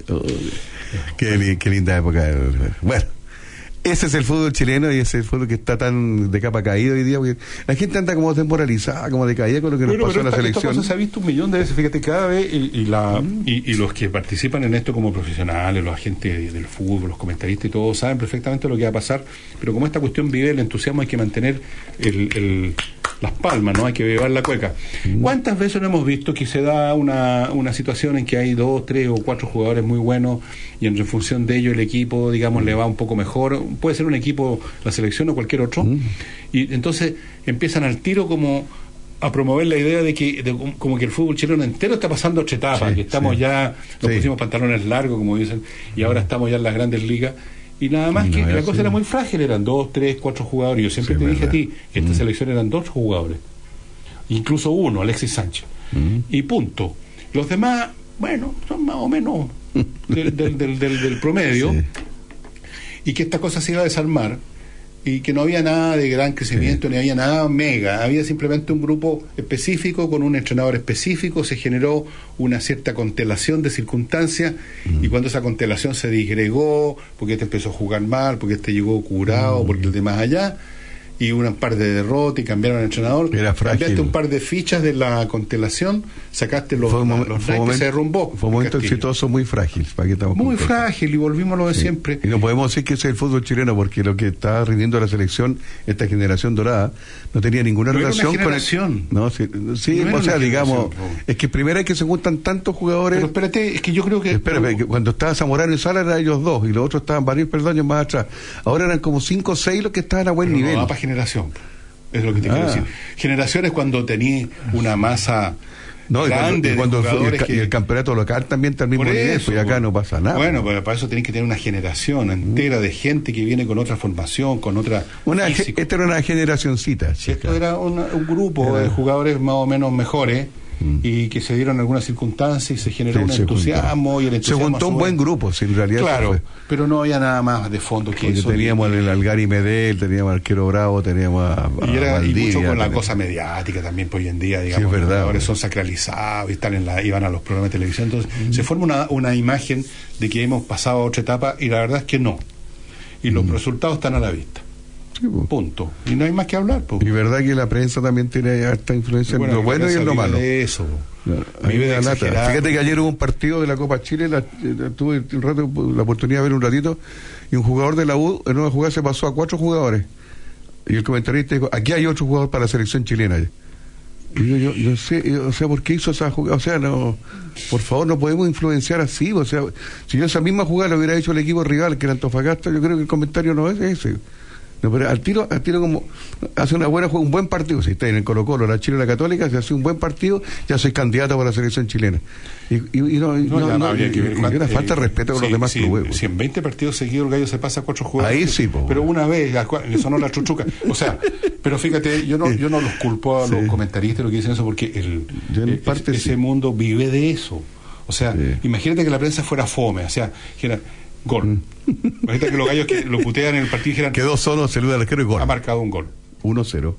qué linda época. Bueno. Ese es el fútbol chileno y ese es el fútbol que está tan de capa caído hoy día, porque la gente anda como desmoralizada, como decaída con lo que nos pasó en la selección. Esto se ha visto un millón de veces, fíjate, cada vez, y los que participan en esto como profesionales, los agentes del fútbol, los comentaristas y todos saben perfectamente lo que va a pasar, pero como esta cuestión vive el entusiasmo, hay que mantener las palmas, ¿no? Hay que beber la cueca. ¿Cuántas veces no hemos visto que se da una situación en que hay 2, 3 o 4 jugadores muy buenos y en función de ello el equipo, digamos, le va un poco mejor? Puede ser un equipo, la selección o cualquier otro, y entonces empiezan al tiro como a promover la idea de que como que el fútbol chileno entero está pasando otra etapa, que estamos ya, nos pusimos pantalones largos, como dicen, y ahora estamos ya en las grandes ligas. Y nada más que la cosa era muy frágil, eran 2, 3, 4 jugadores. Yo siempre te dije a ti que esta selección eran 2 jugadores, incluso uno, Alexis Sánchez, y punto. Los demás, bueno, son más o menos del promedio, y que esta cosa se iba a desarmar, y que no había nada de gran crecimiento, ni había nada mega, había simplemente un grupo específico con un entrenador específico, se generó una cierta constelación de circunstancias, y cuando esa constelación se disgregó, porque este empezó a jugar mal, porque este llegó curado, porque el de más allá, y un par de derrotas y cambiaron el entrenador, cambiaste un par de fichas de la constelación, sacaste los naipes, se derrumbó. Fue un momento exitoso muy frágil. Muy frágil, y volvimos a lo de siempre. Y no podemos decir que ese es el fútbol chileno, porque lo que está rindiendo la selección, esta generación dorada, no tenía ninguna relación con el... No, sí, o sea, digamos, es que primero es que se juntan tantos jugadores. Pero espérate, es que yo creo que... Espérate, que cuando estaba Zamorano y Sala eran ellos 2, y los otros estaban varios peldaños más atrás. Ahora eran como 5 o 6 los que estaban a buen nivel. No, generación, es lo que te quiero decir. Generaciones cuando tenías una masa grande cuando de jugadores y el campeonato local también está al mismo nivel, y acá no pasa nada. Bueno, pero para eso tenés que tener una generación entera de gente que viene con otra formación, con otra... Esta era una generacioncita. Esto era un grupo de jugadores más o menos mejores, y que se dieron algunas circunstancias y se generó un entusiasmo, y el entusiasmo se juntó un buen grupo, en realidad. Claro, pero no había nada más de fondo que eso. Teníamos el Algari Medel, teníamos al Arquero Bravo, teníamos a Valdivia, y mucho con la cosa mediática también, pues hoy en día, digamos, los jugadores son sacralizados y iban a los programas de televisión, entonces se forma una imagen de que hemos pasado a otra etapa, y la verdad es que no, y los resultados están a la vista. Punto. Y no hay más que hablar. Y verdad que la prensa también tiene harta influencia en lo bueno y en lo malo. Eso. Fíjate que ayer hubo un partido de la Copa Chile, tuve un rato la oportunidad de ver un ratito, y un jugador de la U en una jugada se pasó a 4 jugadores. Y el comentarista dijo, aquí hay otro jugador para la selección chilena. Y yo sé, o sea, ¿por qué hizo esa jugada? O sea, no, por favor, no podemos influenciar así. O sea, si yo esa misma jugada lo hubiera hecho el equipo rival, que era Antofagasta, yo creo que el comentario no es ese. No, pero al tiro como hace un buen partido, si está en el Colo-Colo, la Chile y la Católica, si hace un buen partido, ya soy candidato para la selección chilena. Habría que ver una falta de respeto con los demás clubes. Si en 20 partidos seguidos el gallo se pasa a 4 jugadores, ahí sí, pero una vez le sonó la chuchuca. O sea, pero fíjate, yo no los culpo a los comentaristas lo que dicen eso, porque ese mundo vive de eso. O sea, imagínate que la prensa fuera fome, o sea, gol. Imagínate que los gallos que lo putean en el partido dijeran, quedó solo, saluda al arquero y gol. Ha marcado un gol. 1-0.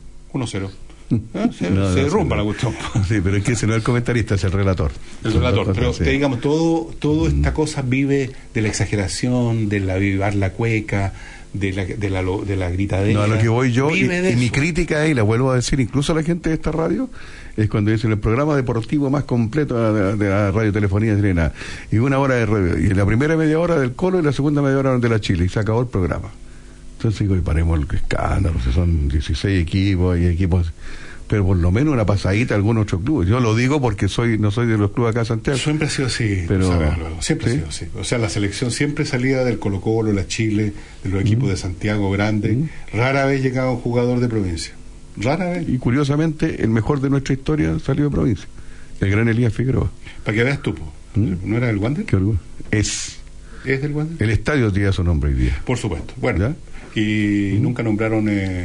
Se derrumba la cuestión. Sí, pero es que ese no es el comentarista, es el relator. Pero te digamos, todo esta cosa vive de la exageración, del avivar la cueca, de la gritadera. No, a lo que voy yo, y Vive de mi eso. crítica es, y la vuelvo a decir, incluso a la gente de esta radio, es cuando dicen el programa deportivo más completo de la radiotelefonía chilena, y una hora de radio, y la primera media hora del Colo y la segunda media hora de la Chile, y se acabó el programa. Entonces digo, y paremos el escándalo, si son 16 equipos, y equipos, pero por lo menos una pasadita a algún otro club. Yo lo digo porque no soy de los clubes acá de Santiago. Siempre ha sido así, pero siempre ha sido así. O sea, la selección siempre salía del Colo-Colo, la Chile, de los equipos de Santiago grandes. Rara vez llegaba un jugador de provincia. Rara vez. Y curiosamente, el mejor de nuestra historia salió de provincia. El gran Elías Figueroa. Para que veas tú, ¿no era del Wander? Qué orgullo. ¿Es del Wander? El estadio tiene su nombre hoy día. Por supuesto. Bueno, y nunca nombraron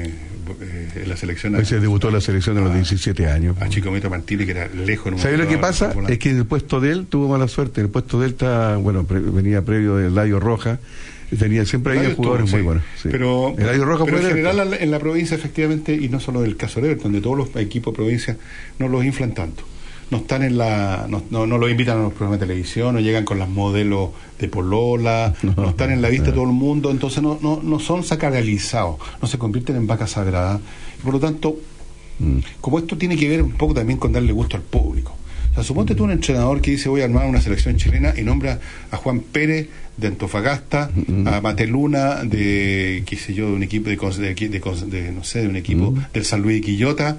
en la selección. Hoy se debutó la selección a los 17 años. A Chicomito Martínez, que era lejos. ¿Sabes lo que pasa? Es que en el puesto de él tuvo mala suerte. En el puesto de él venía previo de Eladio Roja. Siempre había jugadores muy buenos. Sí. Pero Roja en general en la provincia, efectivamente, y no solo del caso de Everton, de todos los equipos de provincia, no los inflan tanto. No están no los invitan a los programas de televisión, no llegan con las modelos de polola, no están en la vista de todo el mundo, entonces no son sacralizados, no se convierten en vacas sagradas. Por lo tanto, como esto tiene que ver un poco también con darle gusto al público. O sea, suponte tú un entrenador que dice voy a armar una selección chilena y nombra a Juan Pérez de Antofagasta, a Mateluna de, qué sé yo, de un equipo de un equipo del San Luis de Quillota.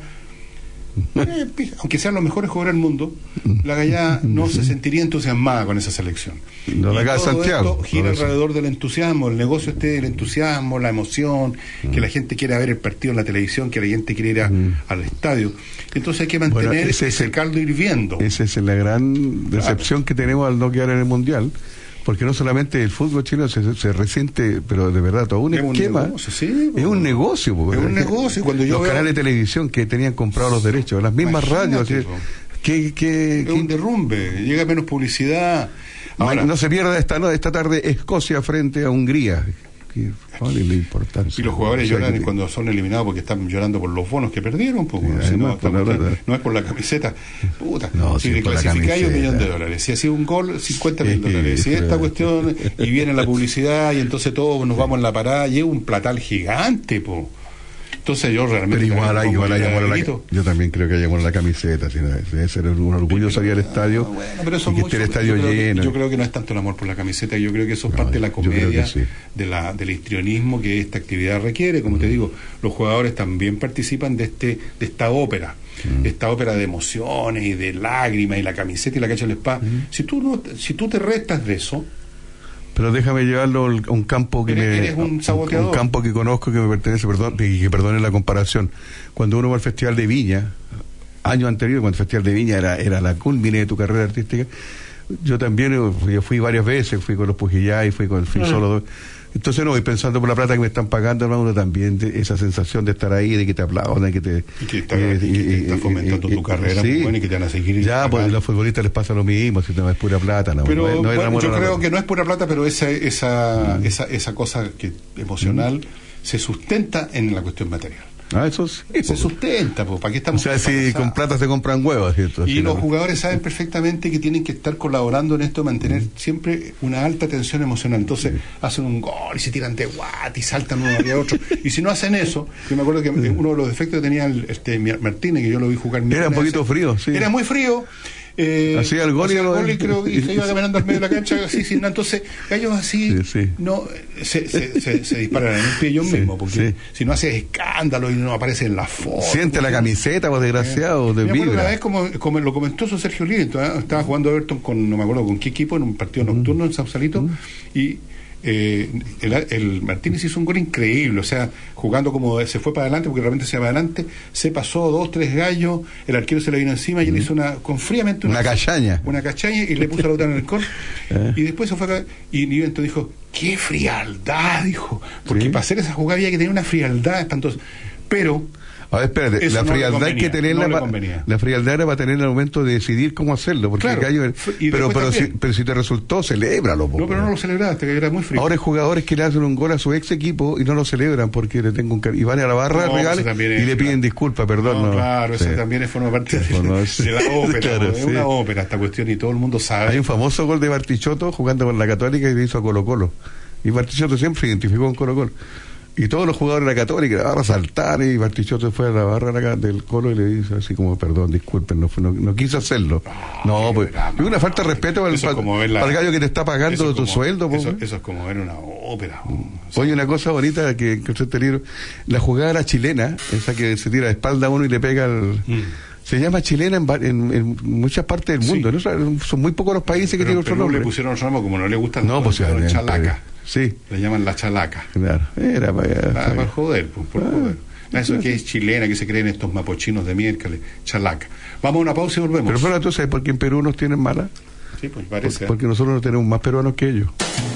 Aunque sean los mejores jugadores del mundo, la gallada no se sentiría entusiasmada con esa selección. No, la todo Santiago, esto gira alrededor del entusiasmo, el negocio del entusiasmo, la emoción, que la gente quiera ver el partido en la televisión, que la gente quiere ir al estadio. Entonces hay que mantener ese caldo hirviendo. Esa es la gran decepción que tenemos al no quedar en el Mundial. Porque no solamente el fútbol chileno se resiente, pero de verdad todo un esquema. Es un negocio. Es un negocio. Cuando yo los canales de televisión que tenían comprados los derechos, las mismas radios. Es un derrumbe, llega menos publicidad. Ahora, no se pierda esta tarde Escocia frente a Hungría. ¿Cuál es la importancia? Y los jugadores lloran cuando son eliminados porque están llorando por los bonos que perdieron. No es por la camiseta. Puta, si le clasificáis $1.000.000, si hacía un gol, $50.000. Si esta cuestión, y viene la publicidad, y entonces todos nos vamos en la parada, lleva un platal gigante, Entonces yo realmente... Pero yo también creo que hay amor a la camiseta, debe ser un orgullo salir al estadio pero eso y que esté el estadio lleno. Yo creo que no es tanto el amor por la camiseta, yo creo que eso es parte de la comedia, del histrionismo que esta actividad requiere. Como te digo, los jugadores también participan de esta ópera, esta ópera de emociones y de lágrimas, y la camiseta y la cacha del spa. Si tú te restas de eso... Pero déjame llevarlo a un campo que eres un saboteador. Un campo que conozco, que me pertenece, y que perdone la comparación. Cuando uno va al Festival de Viña, año anterior, cuando el Festival de Viña era la culmine de tu carrera artística, yo también fui varias veces, fui con los Pujillay, fui solo. Entonces no voy pensando por la plata que me están pagando, uno también esa sensación de estar ahí, de que te aplauden, que te... Y que está fomentando tu carrera, sí, y que te van a seguir... Ya, pues a los futbolistas les pasa lo mismo, si no es pura plata. Pero yo creo que no es pura plata, pero esa cosa emocional se sustenta en la cuestión material. Eso sí. Se sustenta, ¿para qué estamos? O sea, si con plata se compran huevos, ¿cierto? Y los jugadores saben perfectamente que tienen que estar colaborando en esto, mantener siempre una alta tensión emocional. Entonces hacen un gol y se tiran de guat y saltan uno arriba de otro. Y si no hacen eso, yo me acuerdo que uno de los defectos que tenía Martínez, que yo lo vi jugar... Era un poquito frío, sí. Era muy frío. Hacía el gol y se iba caminando al medio de la cancha así, sin nada. Entonces gallos así no se disparan en el pie ellos mismos, porque si no haces escándalo y no aparece en la foto, siente la camiseta, vos desgraciado, de vibra. Una vez como lo comentó eso Sergio Livington, estaba jugando Everton con, no me acuerdo con qué equipo, en un partido nocturno en Sausalito, y el Martínez hizo un gol increíble, o sea, jugando como se fue para adelante, porque realmente se va para adelante, se pasó 2-3 gallos, el arquero se le vino encima y él hizo una cachaña y le puso la otra en el cor y después se fue y Livington dijo, qué frialdad, dijo, porque para hacer esa jugada había que tener una frialdad espantosa, pero a ver, espérate, la frialdad que tenerla, la frialdad era para tener el momento de decidir cómo hacerlo, porque pero si te resultó, celébralo. No, pero no lo celebraste, que era muy frío. Ahora hay jugadores que le hacen un gol a su ex equipo y no lo celebran porque le tengo y van a la barra regales y le piden disculpas, perdón. Claro, eso también forma parte de la ópera, claro, es una ópera esta cuestión y todo el mundo sabe. Hay un famoso gol de Bartichotto jugando con la Católica y le hizo a Colo-Colo. Y Bartichotto siempre se identificó con Colo-Colo. Y todos los jugadores de la Católica a saltar, y Bartichotto fue a la barra del Colo y le dice así como, perdón, disculpen, no quise hacerlo. No, pues, es una falta de respeto para el gallo que te está pagando tu sueldo. Eso es como ver una ópera. Oye, una cosa bonita que encontré este libro, la jugada era chilena, esa que se tira de espalda a uno y le pega al... Se llama chilena en muchas partes del mundo, ¿no? Son muy pocos los países que tienen otro nombre. Le pusieron otro nombre, como no le gustan los chalaca. Sí. Le llaman la chalaca. Claro. Era para joder, por joder. Eso que es chilena, que se creen estos mapochinos de miércoles, chalaca. Vamos a una pausa y volvemos. Pero tú sabes por qué en Perú nos tienen mala. Sí, pues parece. Porque nosotros no tenemos más peruanos que ellos.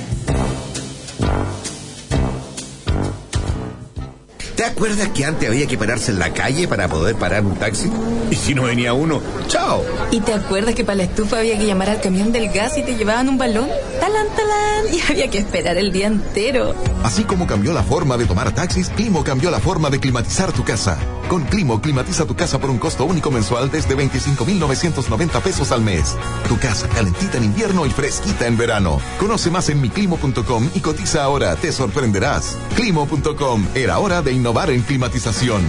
¿Te acuerdas que antes había que pararse en la calle para poder parar un taxi? Y si no venía uno, ¡chao! ¿Y te acuerdas que para la estufa había que llamar al camión del gas y te llevaban un balón? ¡Talán, talán! Y había que esperar el día entero. Así como cambió la forma de tomar taxis, Climo cambió la forma de climatizar tu casa. Con Climo, climatiza tu casa por un costo único mensual desde 25,990 pesos al mes. Tu casa calentita en invierno y fresquita en verano. Conoce más en miclimo.com y cotiza ahora, te sorprenderás. Climo.com, era hora de innovar en climatización.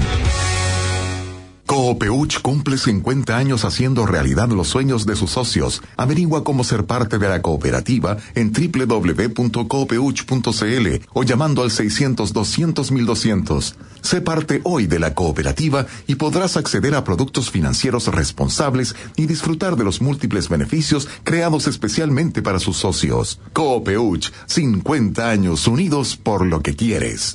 Coopeuch cumple 50 años haciendo realidad los sueños de sus socios. Averigua cómo ser parte de la cooperativa en www.coopeuch.cl o llamando al 600-200-1200. Sé parte hoy de la cooperativa y podrás acceder a productos financieros responsables y disfrutar de los múltiples beneficios creados especialmente para sus socios. Coopeuch, 50 años unidos por lo que quieres.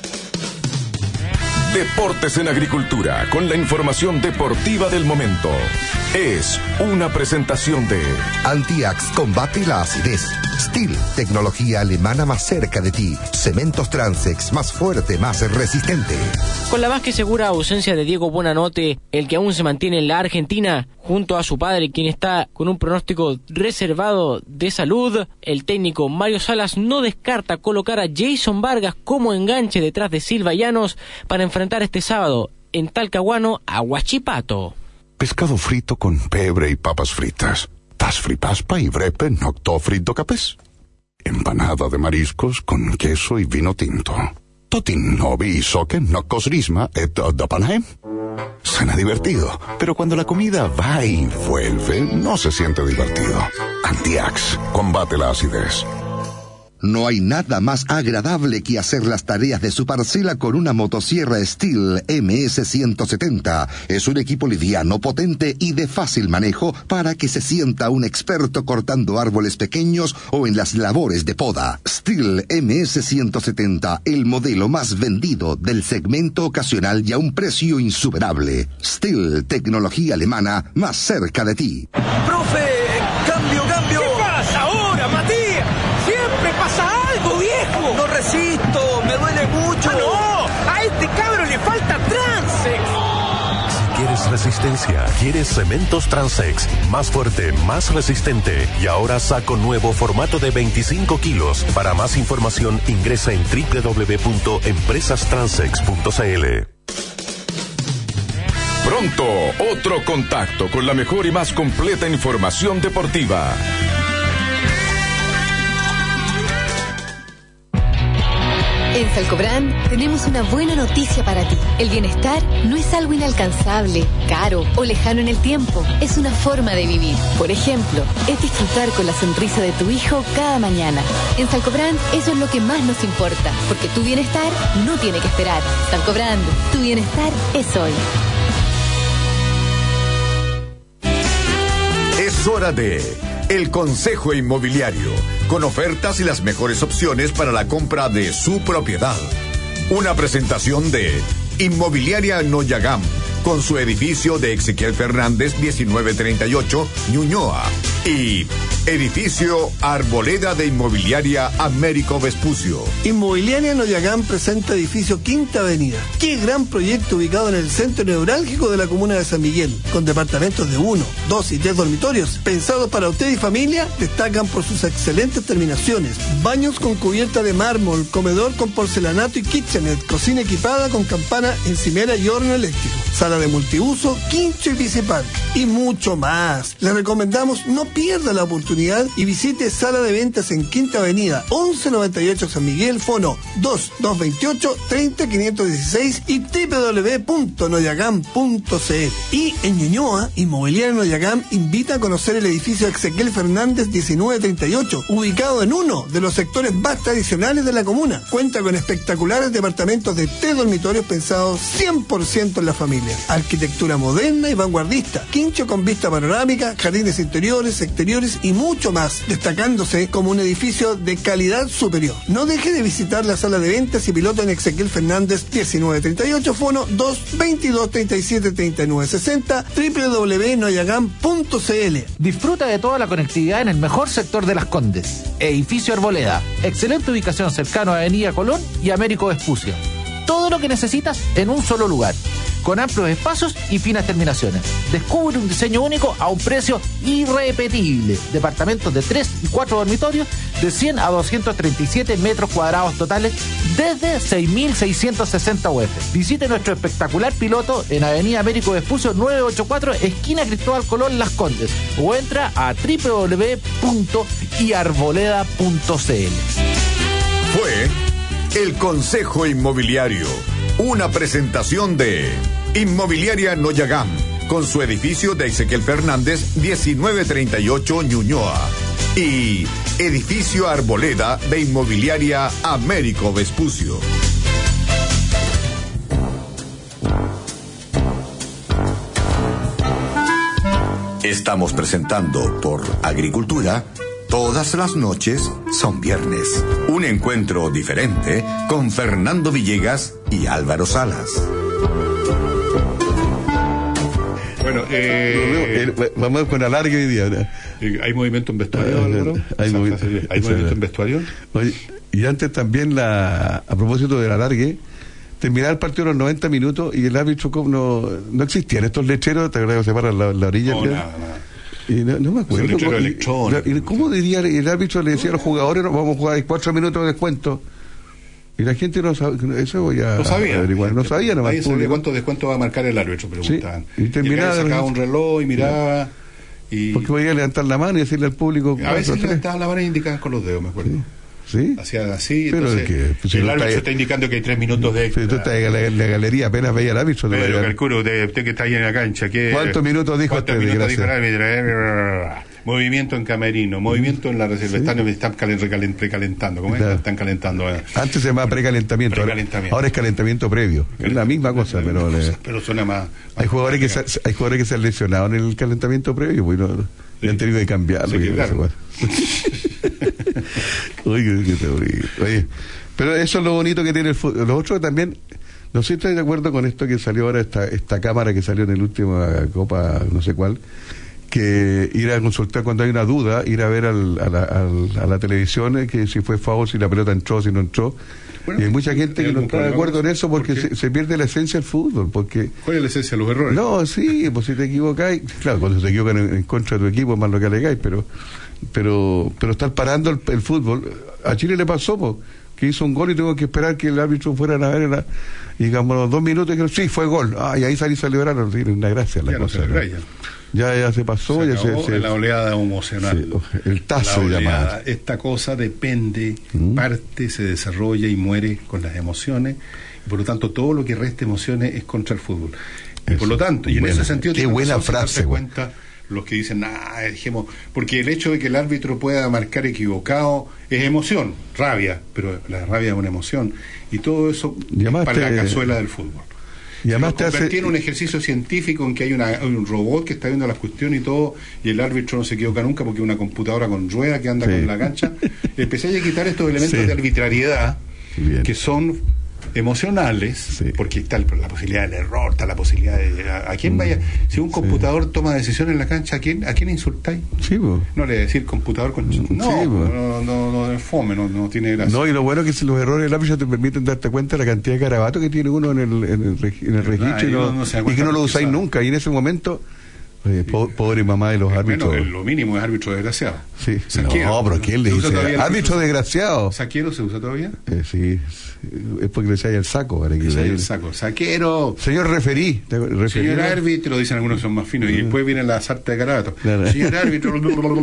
Deportes en Agricultura, con la información deportiva del momento. Es una presentación de Antiax combate la acidez. Steel, tecnología alemana más cerca de ti. Cementos Transex, más fuerte, más resistente. Con la más que segura ausencia de Diego Buenanote, el que aún se mantiene en la Argentina, junto a su padre, quien está con un pronóstico reservado de salud, el técnico Mario Salas no descarta colocar a Jason Vargas como enganche detrás de Silva Llanos para enfrentar este sábado en Talcahuano a Huachipato. Pescado frito con pebre y papas fritas. Tas fripaspa y brepe nocto frito capes. Empanada de mariscos con queso y vino tinto. Totin novi soque nocos risma et dapanaem. Suena divertido, pero cuando la comida va y vuelve, no se siente divertido. Antiax, combate la acidez. No hay nada más agradable que hacer las tareas de su parcela con una motosierra Steel MS-170. Es un equipo liviano, potente y de fácil manejo para que se sienta un experto cortando árboles pequeños o en las labores de poda. Steel MS-170, el modelo más vendido del segmento ocasional y a un precio insuperable. Steel, tecnología alemana más cerca de ti. ¡Profe! ¡Cambio! ¿Qué pasa ahora, Matías? ¡Siempre pasa algo, viejo! No resisto, me duele mucho. ¡Ah, no! ¡A este cabro le falta Transex! Si quieres resistencia, quieres Cementos Transex. Más fuerte, más resistente. Y ahora saco nuevo formato de 25 kilos. Para más información, ingresa en www.empresastransex.cl. Pronto, otro contacto con la mejor y más completa información deportiva. En Salcobrand tenemos una buena noticia para ti. El bienestar no es algo inalcanzable, caro o lejano en el tiempo. Es una forma de vivir. Por ejemplo, es disfrutar con la sonrisa de tu hijo cada mañana. En Salcobrand eso es lo que más nos importa, porque tu bienestar no tiene que esperar. Salcobrand, tu bienestar es hoy. Es hora de El Consejo Inmobiliario, con ofertas y las mejores opciones para la compra de su propiedad. Una presentación de Inmobiliaria Noyagam, con su edificio de Ezequiel Fernández 1938, Ñuñoa, y edificio Arboleda de Inmobiliaria Américo Vespucio. Inmobiliaria Noyagam presenta edificio Quinta Avenida. Qué gran proyecto ubicado en el centro neurálgico de la comuna de San Miguel, con departamentos de 1, 2 y 3 dormitorios, pensados para usted y familia. Destacan por sus excelentes terminaciones: baños con cubierta de mármol, comedor con porcelanato y kitchenette, cocina equipada con campana, encimera y horno eléctrico, sala de multiuso, quincho y bicipark y mucho más. Les recomendamos no pierda la oportunidad y visite Sala de Ventas en Quinta Avenida, 1198 San Miguel, fono 2228-30516 y www.noyagam.cl. Y en Ñuñoa, Inmobiliaria Noyagam invita a conocer el edificio Ezequiel Fernández 1938, ubicado en uno de los sectores más tradicionales de la comuna. Cuenta con espectaculares departamentos de 3 dormitorios pensados 100% en la familia. Arquitectura moderna y vanguardista, quincho con vista panorámica, jardines interiores, exteriores y mucho más, destacándose como un edificio de calidad superior. No deje de visitar la sala de ventas y piloto en Ezequiel Fernández 1938, fono 222373960, www.noyagam.cl. Disfruta de toda la conectividad en el mejor sector de Las Condes. Edificio Arboleda. Excelente ubicación cercano a Avenida Colón y Américo Vespucio. Todo lo que necesitas en un solo lugar, con amplios espacios y finas terminaciones. Descubre un diseño único a un precio irrepetible. Departamentos de 3 y 4 dormitorios de 100 a 237 metros cuadrados totales desde 6.660 UF. Visite nuestro espectacular piloto en Avenida Américo Vespucio 984, esquina Cristóbal Colón, Las Condes, o entra a www.iarboleda.cl. Fue el Consejo Inmobiliario, una presentación de Inmobiliaria Noyagam, con su edificio de Ezequiel Fernández 1938 Ñuñoa, y Edificio Arboleda de Inmobiliaria Américo Vespucio. Estamos presentando por Agricultura. Todas las noches son viernes. Un encuentro diferente con Fernando Villegas y Álvaro Salas. Bueno, vamos con alargue hoy día, ¿verdad? ¿Hay movimiento en vestuario, Álvaro? ¿Hay movimiento en vestuario? Oye, y antes también, a propósito del alargue, terminar el partido a los 90 minutos y el árbitro no existían estos lecheros, te acuerdas que se paran la orilla. No, nada. Y no me acuerdo. ¿Cómo diría el árbitro? Le decía a los jugadores: vamos a jugar 4 minutos de descuento. Y la gente no sabe, eso voy a averiguar. No sabía nomás. Nadie sabía cuánto descuento va a marcar el árbitro, preguntaban. Sí, y terminaba. Sacaba un reloj y miraba. Y... porque podía levantar la mano y decirle al público. A veces levantaban la mano y indicaban con los dedos, me acuerdo. ¿Sí? Hacía así, pero entonces pues el árbitro está indicando que hay 3 minutos de extra. Si tú estás en la galería, apenas veía el árbitro. Pero calculo, usted que está ahí en la cancha, ¿cuántos minutos dijo usted? Movimiento en camerino, movimiento en la reserva. Están precalentando. ¿Cómo es? Están calentando. Antes se llamaba precalentamiento. Ahora es calentamiento previo. Es la misma cosa, pero suena más. Hay jugadores que se han lesionado en el calentamiento previo, pues y han tenido que cambiarlo. Sí, claro. Oye, pero eso es lo bonito que tiene el fútbol. Lo otro también, no sé si estoy de acuerdo con esto que salió ahora, esta cámara que salió en el último Copa, no sé cuál, que ir a consultar cuando hay una duda, ir a ver a la televisión, que si fue foul, si la pelota entró, si no entró. Bueno, y hay mucha gente que no está de acuerdo en eso porque se pierde la esencia del fútbol. ¿Cuál es la esencia? ¿Los errores? No, sí, pues si te equivocáis, claro, cuando se equivocan en contra de tu equipo es más lo que alegáis, pero estar parando el fútbol. A Chile le pasó, que hizo un gol y tuvo que esperar que el árbitro fuera a ver, y digamos, los 2 minutos, y sí, fue gol. Y ahí salí a celebrar, una gracia la cosa. Ya se pasó, la oleada emocional. Sí, el tazo llamada. Esta cosa depende, parte, se desarrolla y muere con las emociones, y por lo tanto todo lo que resta emociones es contra el fútbol. Y por lo tanto, y en ese sentido, qué buena frase, cuenta los que dicen, dejemos, porque el hecho de que el árbitro pueda marcar equivocado es emoción, rabia, pero la rabia es una emoción, y todo eso es para la cazuela del fútbol. Y además te convertí en un ejercicio científico en que hay un robot que está viendo las cuestiones y todo, y el árbitro no se equivoca nunca porque es una computadora con rueda que anda con la cancha. Empecé a quitar estos elementos de arbitrariedad que son emocionales, porque está la posibilidad del error, está la posibilidad de a quién vaya. Si un computador toma decisiones en la cancha, ¿a quién insultáis? No le voy a decir computador con no es fome, no tiene gracia. No, y lo bueno es que si los errores del árbitro te permiten darte cuenta de la cantidad de garabatos que tiene uno en el registro y que no lo usáis nunca, y en ese momento Pobre mamá de los árbitros. Bueno, lo mínimo es árbitro desgraciado. Sí. Saquero. No, pero ¿quién le dice? Árbitro desgraciado. ¿Saquero se usa todavía? Sí. Es porque le sale el saco. El saco. Saquero. Señor referí. Señor árbitro, dicen algunos que son más finos. Y después viene la sarta de carato. Señor árbitro.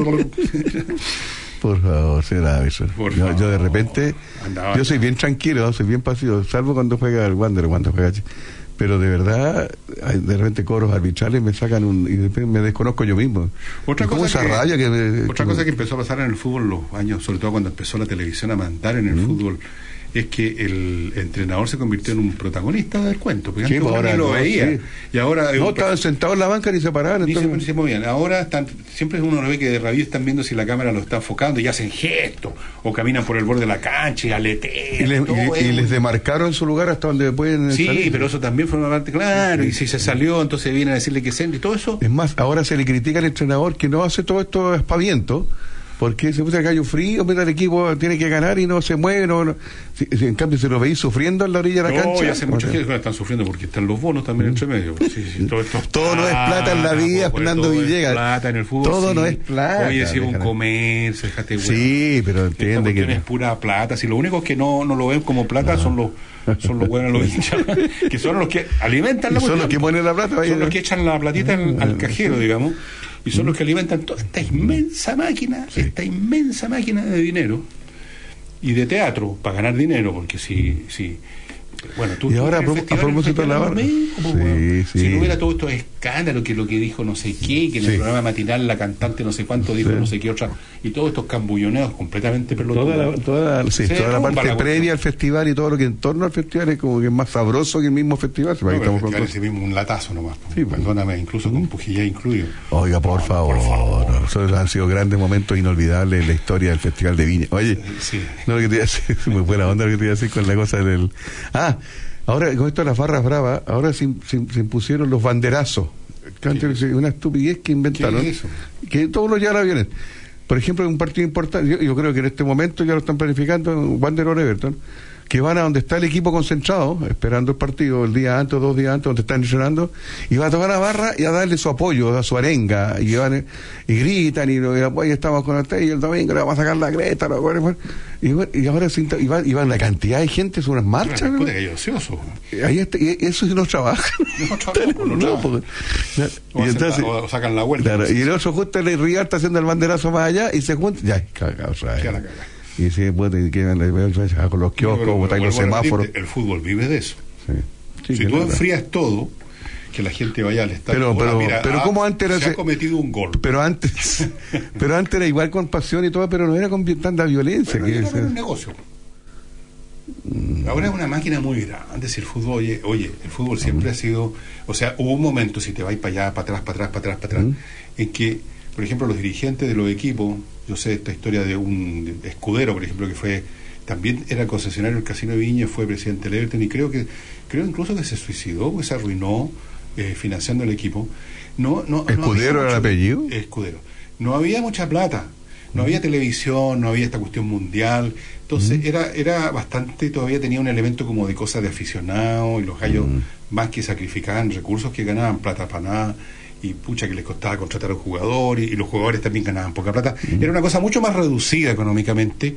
Por favor, señor árbitro. Yo de repente, yo soy bien tranquilo, soy bien pasivo, salvo cuando juega el Wander, cuando juega. Pero de verdad, de repente cobros arbitrales me sacan y después me desconozco yo mismo. Otra cosa que empezó a pasar en el fútbol los años, sobre todo cuando empezó la televisión a mandar en el fútbol, es que el entrenador se convirtió en un protagonista del cuento, porque antes ahora lo veía. Sí. Y ahora no estaban sentados en la banca ni se paraban, ni se movían. Ahora siempre uno lo ve que de rabia están viendo si la cámara lo está enfocando y hacen gestos o caminan por el borde de la cancha y aletean y les demarcaron su lugar hasta donde pueden salir. Pero eso también forma parte, claro, y si se salió entonces vienen a decirle que se y todo eso. Es más, ahora se le critica al entrenador que no hace todo esto espaviento, porque se puso el gallo frío, mira, el equipo tiene que ganar y no se mueve, en cambio se lo veis sufriendo en la orilla de la cancha. Y hace mucha gente que están sufriendo porque están los bonos también entre medio. Todo no es plata en la vida, Fernando Villegas. Plata en el fútbol. Todo no es plata. Oye, si es un comercio, déjate bueno. Sí, pero entiende que es pura plata. Si lo único que no lo ven como plata son los buenos, los hinchas, que son los que alimentan la son los que ponen la plata. Son los que echan la platita al cajero, digamos. Y son los que alimentan toda esta inmensa máquina, de dinero y de teatro para ganar dinero, porque si bueno, tú y ahora a propósito de la barra, si no hubiera todo estos escándalos, que lo que dijo no sé qué, que en el programa matinal la cantante no sé cuánto dijo no sé qué otra, y todos estos cambulloneos completamente pelotudos, toda la parte previa al festival y todo lo que en torno al festival es como que es más sabroso que el mismo festival. El festival es mismo un latazo nomás, perdóname, incluso con pujillá incluido. Oiga, por favor. Esos han sido grandes momentos inolvidables en la historia del Festival de Viña. Oye, no, lo que te iba a decir, muy buena onda lo que te iba a decir con la cosa del... ahora con esto de las barras bravas, ahora se impusieron los banderazos. Una estupidez que inventaron. ¿Qué es eso? Que todos los llevan aviones. Por ejemplo, en un partido importante, yo creo que en este momento ya lo están planificando, Wander o Everton, que van a donde está el equipo concentrado, esperando el partido el día antes o 2 días antes, donde están entrenando, y va a tomar la barra y a darle su apoyo, a su arenga, y gritan, y estamos con usted, y el domingo le vamos a sacar la creta, y ahora iban la cantidad de gente, son unas marchas. Puta que ocioso. Eso sí no trabaja. O sacan la vuelta. Claro, y el otro justo el Rial está haciendo el banderazo más allá, y se junta, ya, cagado, y si puede con los kioscos, botar los semáforos. El fútbol vive de eso. Si tú enfrías todo, que la gente vaya al estadio. Pero como antes se ha cometido un gol. Pero antes era igual con pasión y todo, pero no era con tanta violencia. Era un negocio. Ahora es una máquina muy grande. Si el fútbol, oye, el fútbol siempre ha sido, o sea, hubo un momento, si te vais para allá, para atrás, en que, por ejemplo, los dirigentes de los equipos, yo sé esta historia de un Escudero, por ejemplo, que también era concesionario del Casino de Viña, fue presidente del Everton, y creo incluso que se suicidó, porque se arruinó financiando el equipo. ¿Escudero era el apellido? Escudero. No había mucha plata, no había televisión, no había esta cuestión mundial, entonces era bastante, todavía tenía un elemento como de cosas de aficionado, y los gallos más que sacrificaban recursos que ganaban plata para nada, y pucha que les costaba contratar a un jugador, y los jugadores también ganaban poca plata. Era una cosa mucho más reducida económicamente,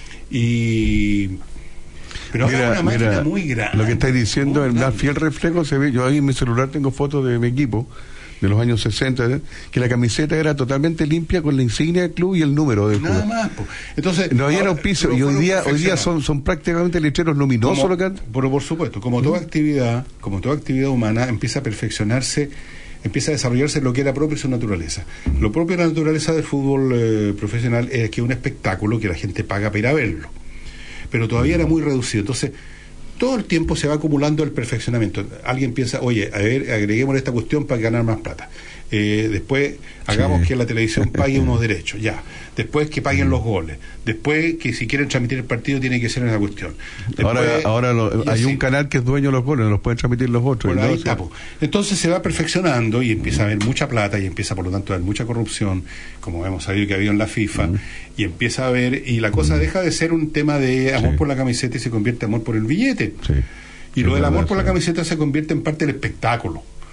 pero era una máquina muy grande. Lo que estáis diciendo, el más fiel reflejo se ve. Yo ahí en mi celular tengo fotos de mi equipo de los años 60, que la camiseta era totalmente limpia con la insignia del club y el número del club. Nada más. Entonces, no había auspicio, y hoy día son prácticamente letreros luminosos. Pero por supuesto, como toda actividad humana, empieza a perfeccionarse, empieza a desarrollarse lo que era propio de su naturaleza. Lo propio de la naturaleza del fútbol profesional es que es un espectáculo que la gente paga para ir a verlo, pero todavía era muy reducido. Entonces todo el tiempo se va acumulando el perfeccionamiento. Alguien piensa, oye, a ver, agreguemos esta cuestión para ganar más plata. Después hagamos que la televisión pague unos derechos, ya. Después que paguen los goles. Después que si quieren transmitir el partido tiene que ser una cuestión. Después, ahora hay un canal que es dueño de los goles, no los pueden transmitir los otros. Bueno, ahí está, entonces se va perfeccionando y empieza a haber mucha plata y empieza por lo tanto a haber mucha corrupción, como hemos sabido que ha habido en la FIFA, y empieza a haber, y la cosa deja de ser un tema de amor por la camiseta y se convierte en amor por el billete. Y lo del amor por la camiseta se convierte en parte del espectáculo.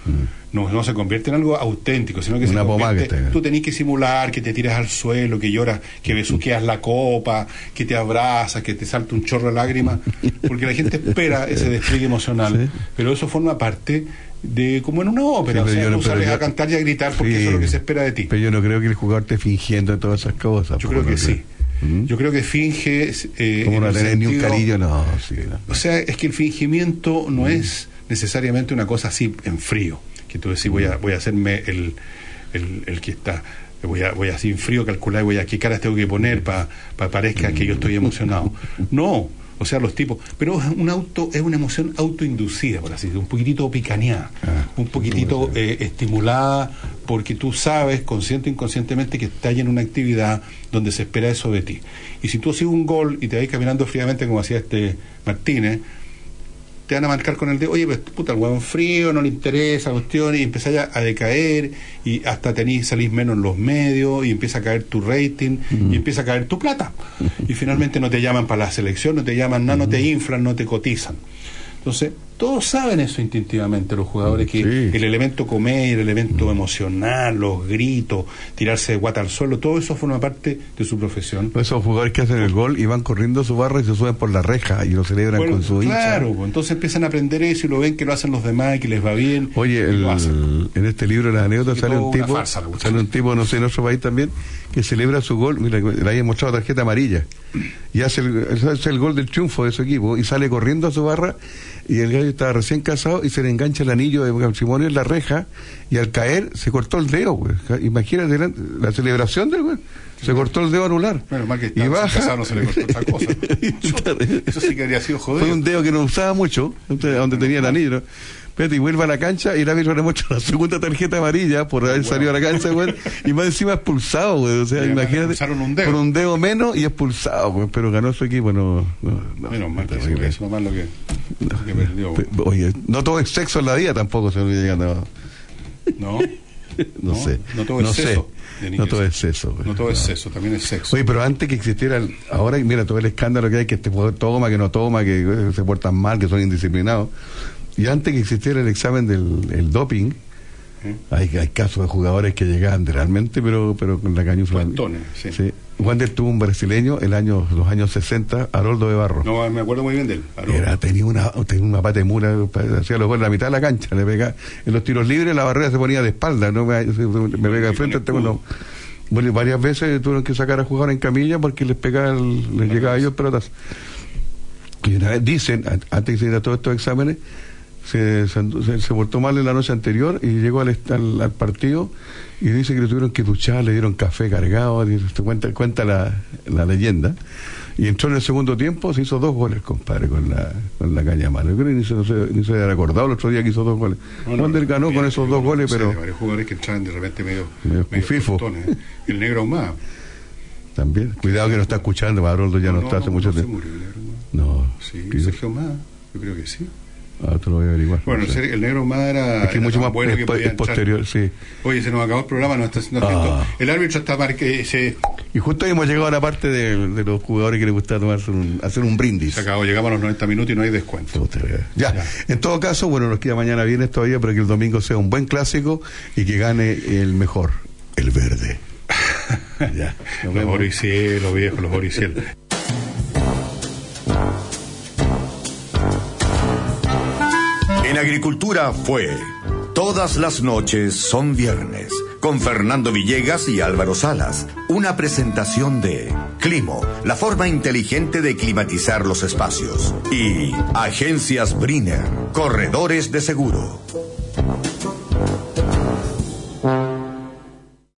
No se convierte en algo auténtico, sino que una pomada. Tú tenés que simular que te tiras al suelo, que lloras, que besuqueas la copa, que te abrazas, que te salta un chorro de lágrimas, porque la gente espera ese despliegue emocional, pero eso forma parte de como en una ópera, tú sales a cantar y a gritar porque eso es lo que se espera de ti. Pero yo no creo que el jugador esté fingiendo todas esas cosas. Yo creo que sí. Yo creo que finge... como no tener ni un cariño, no. O sea, es que el fingimiento no es necesariamente una cosa así en frío, que tú decís voy a hacerme el que está, voy así en frío calcular, qué caras tengo que poner para parezca que yo estoy emocionado. No, o sea, los tipos, pero es una emoción autoinducida, por así decirlo, un poquitito picaneada, un poquitito estimulada, porque tú sabes, consciente o inconscientemente, que estás en una actividad donde se espera eso de ti. Y si tú haces un gol y te vas caminando fríamente como hacía Martínez, te van a marcar con el dedo, oye, pues puta, el huevón frío, no le interesa, cuestión, y empezás a decaer, y hasta salís menos en los medios, y empieza a caer tu rating, y empieza a caer tu plata. Y finalmente no te llaman para la selección, no te llaman nada, no te inflan, no te cotizan. Entonces, todos saben eso instintivamente, los jugadores, que el elemento comer, el elemento emocional, los gritos, tirarse de guata al suelo, todo eso forma parte de su profesión. Esos jugadores que hacen el gol y van corriendo a su barra y se suben por la reja y lo celebran con su hincha. Claro, pues, entonces empiezan a aprender eso y lo ven que lo hacen los demás y que les va bien. Oye, en este libro de las anécdotas sale un tipo, no sé, en otro país también, que celebra su gol, mira, le había mostrado tarjeta amarilla, y hace el gol del triunfo de su equipo, y sale corriendo a su barra, y el gallo estaba recién casado y se le engancha el anillo de matrimonio en la reja, y al caer se cortó el dedo, güey. Imagínate la celebración del güey. Se cortó el dedo anular. Bueno, mal que y baja. Casado no se le cortó esta cosa. Eso sí que habría sido jodido. Fue un dedo que no usaba mucho, donde tenía el anillo, ¿no? Y vuelve a la cancha y el árbitro le muestra la segunda tarjeta amarilla por haber salido a la cancha, güey, y más encima expulsado, güey. O sea, imagínate, por un dedo menos y expulsado, güey, pero ganó su equipo, no. Menos mal que eso nomás lo que perdió. Oye, no todo es sexo en la vida tampoco, se me llega, no. No sé. No todo es sexo. No todo es sexo. No todo es sexo, también es sexo. Oye, pero antes que existiera, ahora mira todo el escándalo que hay, que este toma, que no toma, que se portan mal, que son indisciplinados. Y antes que existiera el examen del doping, hay casos de jugadores que llegaban realmente, pero con la cañufla. Sí. Wander tuvo un brasileño los años 60, Haroldo de Barro. No, me acuerdo muy bien de él. Tenía una pata de mula, hacía los goles a la mitad de la cancha, le pegaba, en los tiros libres la barrera se ponía de espalda, no me pega de frente. Bueno, varias veces tuvieron que sacar a jugar en camilla porque les llegaba a ellos pelotas. Y una vez dicen, antes que se hicieran todos estos exámenes, se portó mal en la noche anterior y llegó al partido y dice que le tuvieron que duchar, le dieron café cargado, cuenta la leyenda, y entró en el segundo tiempo, se hizo 2 goles, compadre, con la caña mala. Yo creo que ni se había acordado el otro día que hizo 2 goles. Wander ganó con esos 2 goles, pero varios jugadores que entraban de repente medio fifo. El negro Ahumada también, cuidado que no está escuchando, Haroldo ya no está hace mucho tiempo. No, sí, Sergio Ahumada, yo creo que sí. Te lo voy a averiguar. Bueno, el negro Ahumada era mucho más bueno que podía posterior, entrar. Sí. Oye, se nos acabó el programa, nos está haciendo efecto. El árbitro está Y justo hemos llegado a la parte de los jugadores que les gusta hacer un brindis. Se acabó, llegamos a los 90 minutos y no hay descuento. Ya. En todo caso, bueno, nos queda mañana viernes todavía, pero que el domingo sea un buen clásico y que gane el mejor, el verde. Ya. Los oricielos, viejos, los oricielos. En Agricultura fue Todas las noches son viernes, con Fernando Villegas y Álvaro Salas. Una presentación de Climo, la forma inteligente de climatizar los espacios. Y Agencias Briner, corredores de seguro.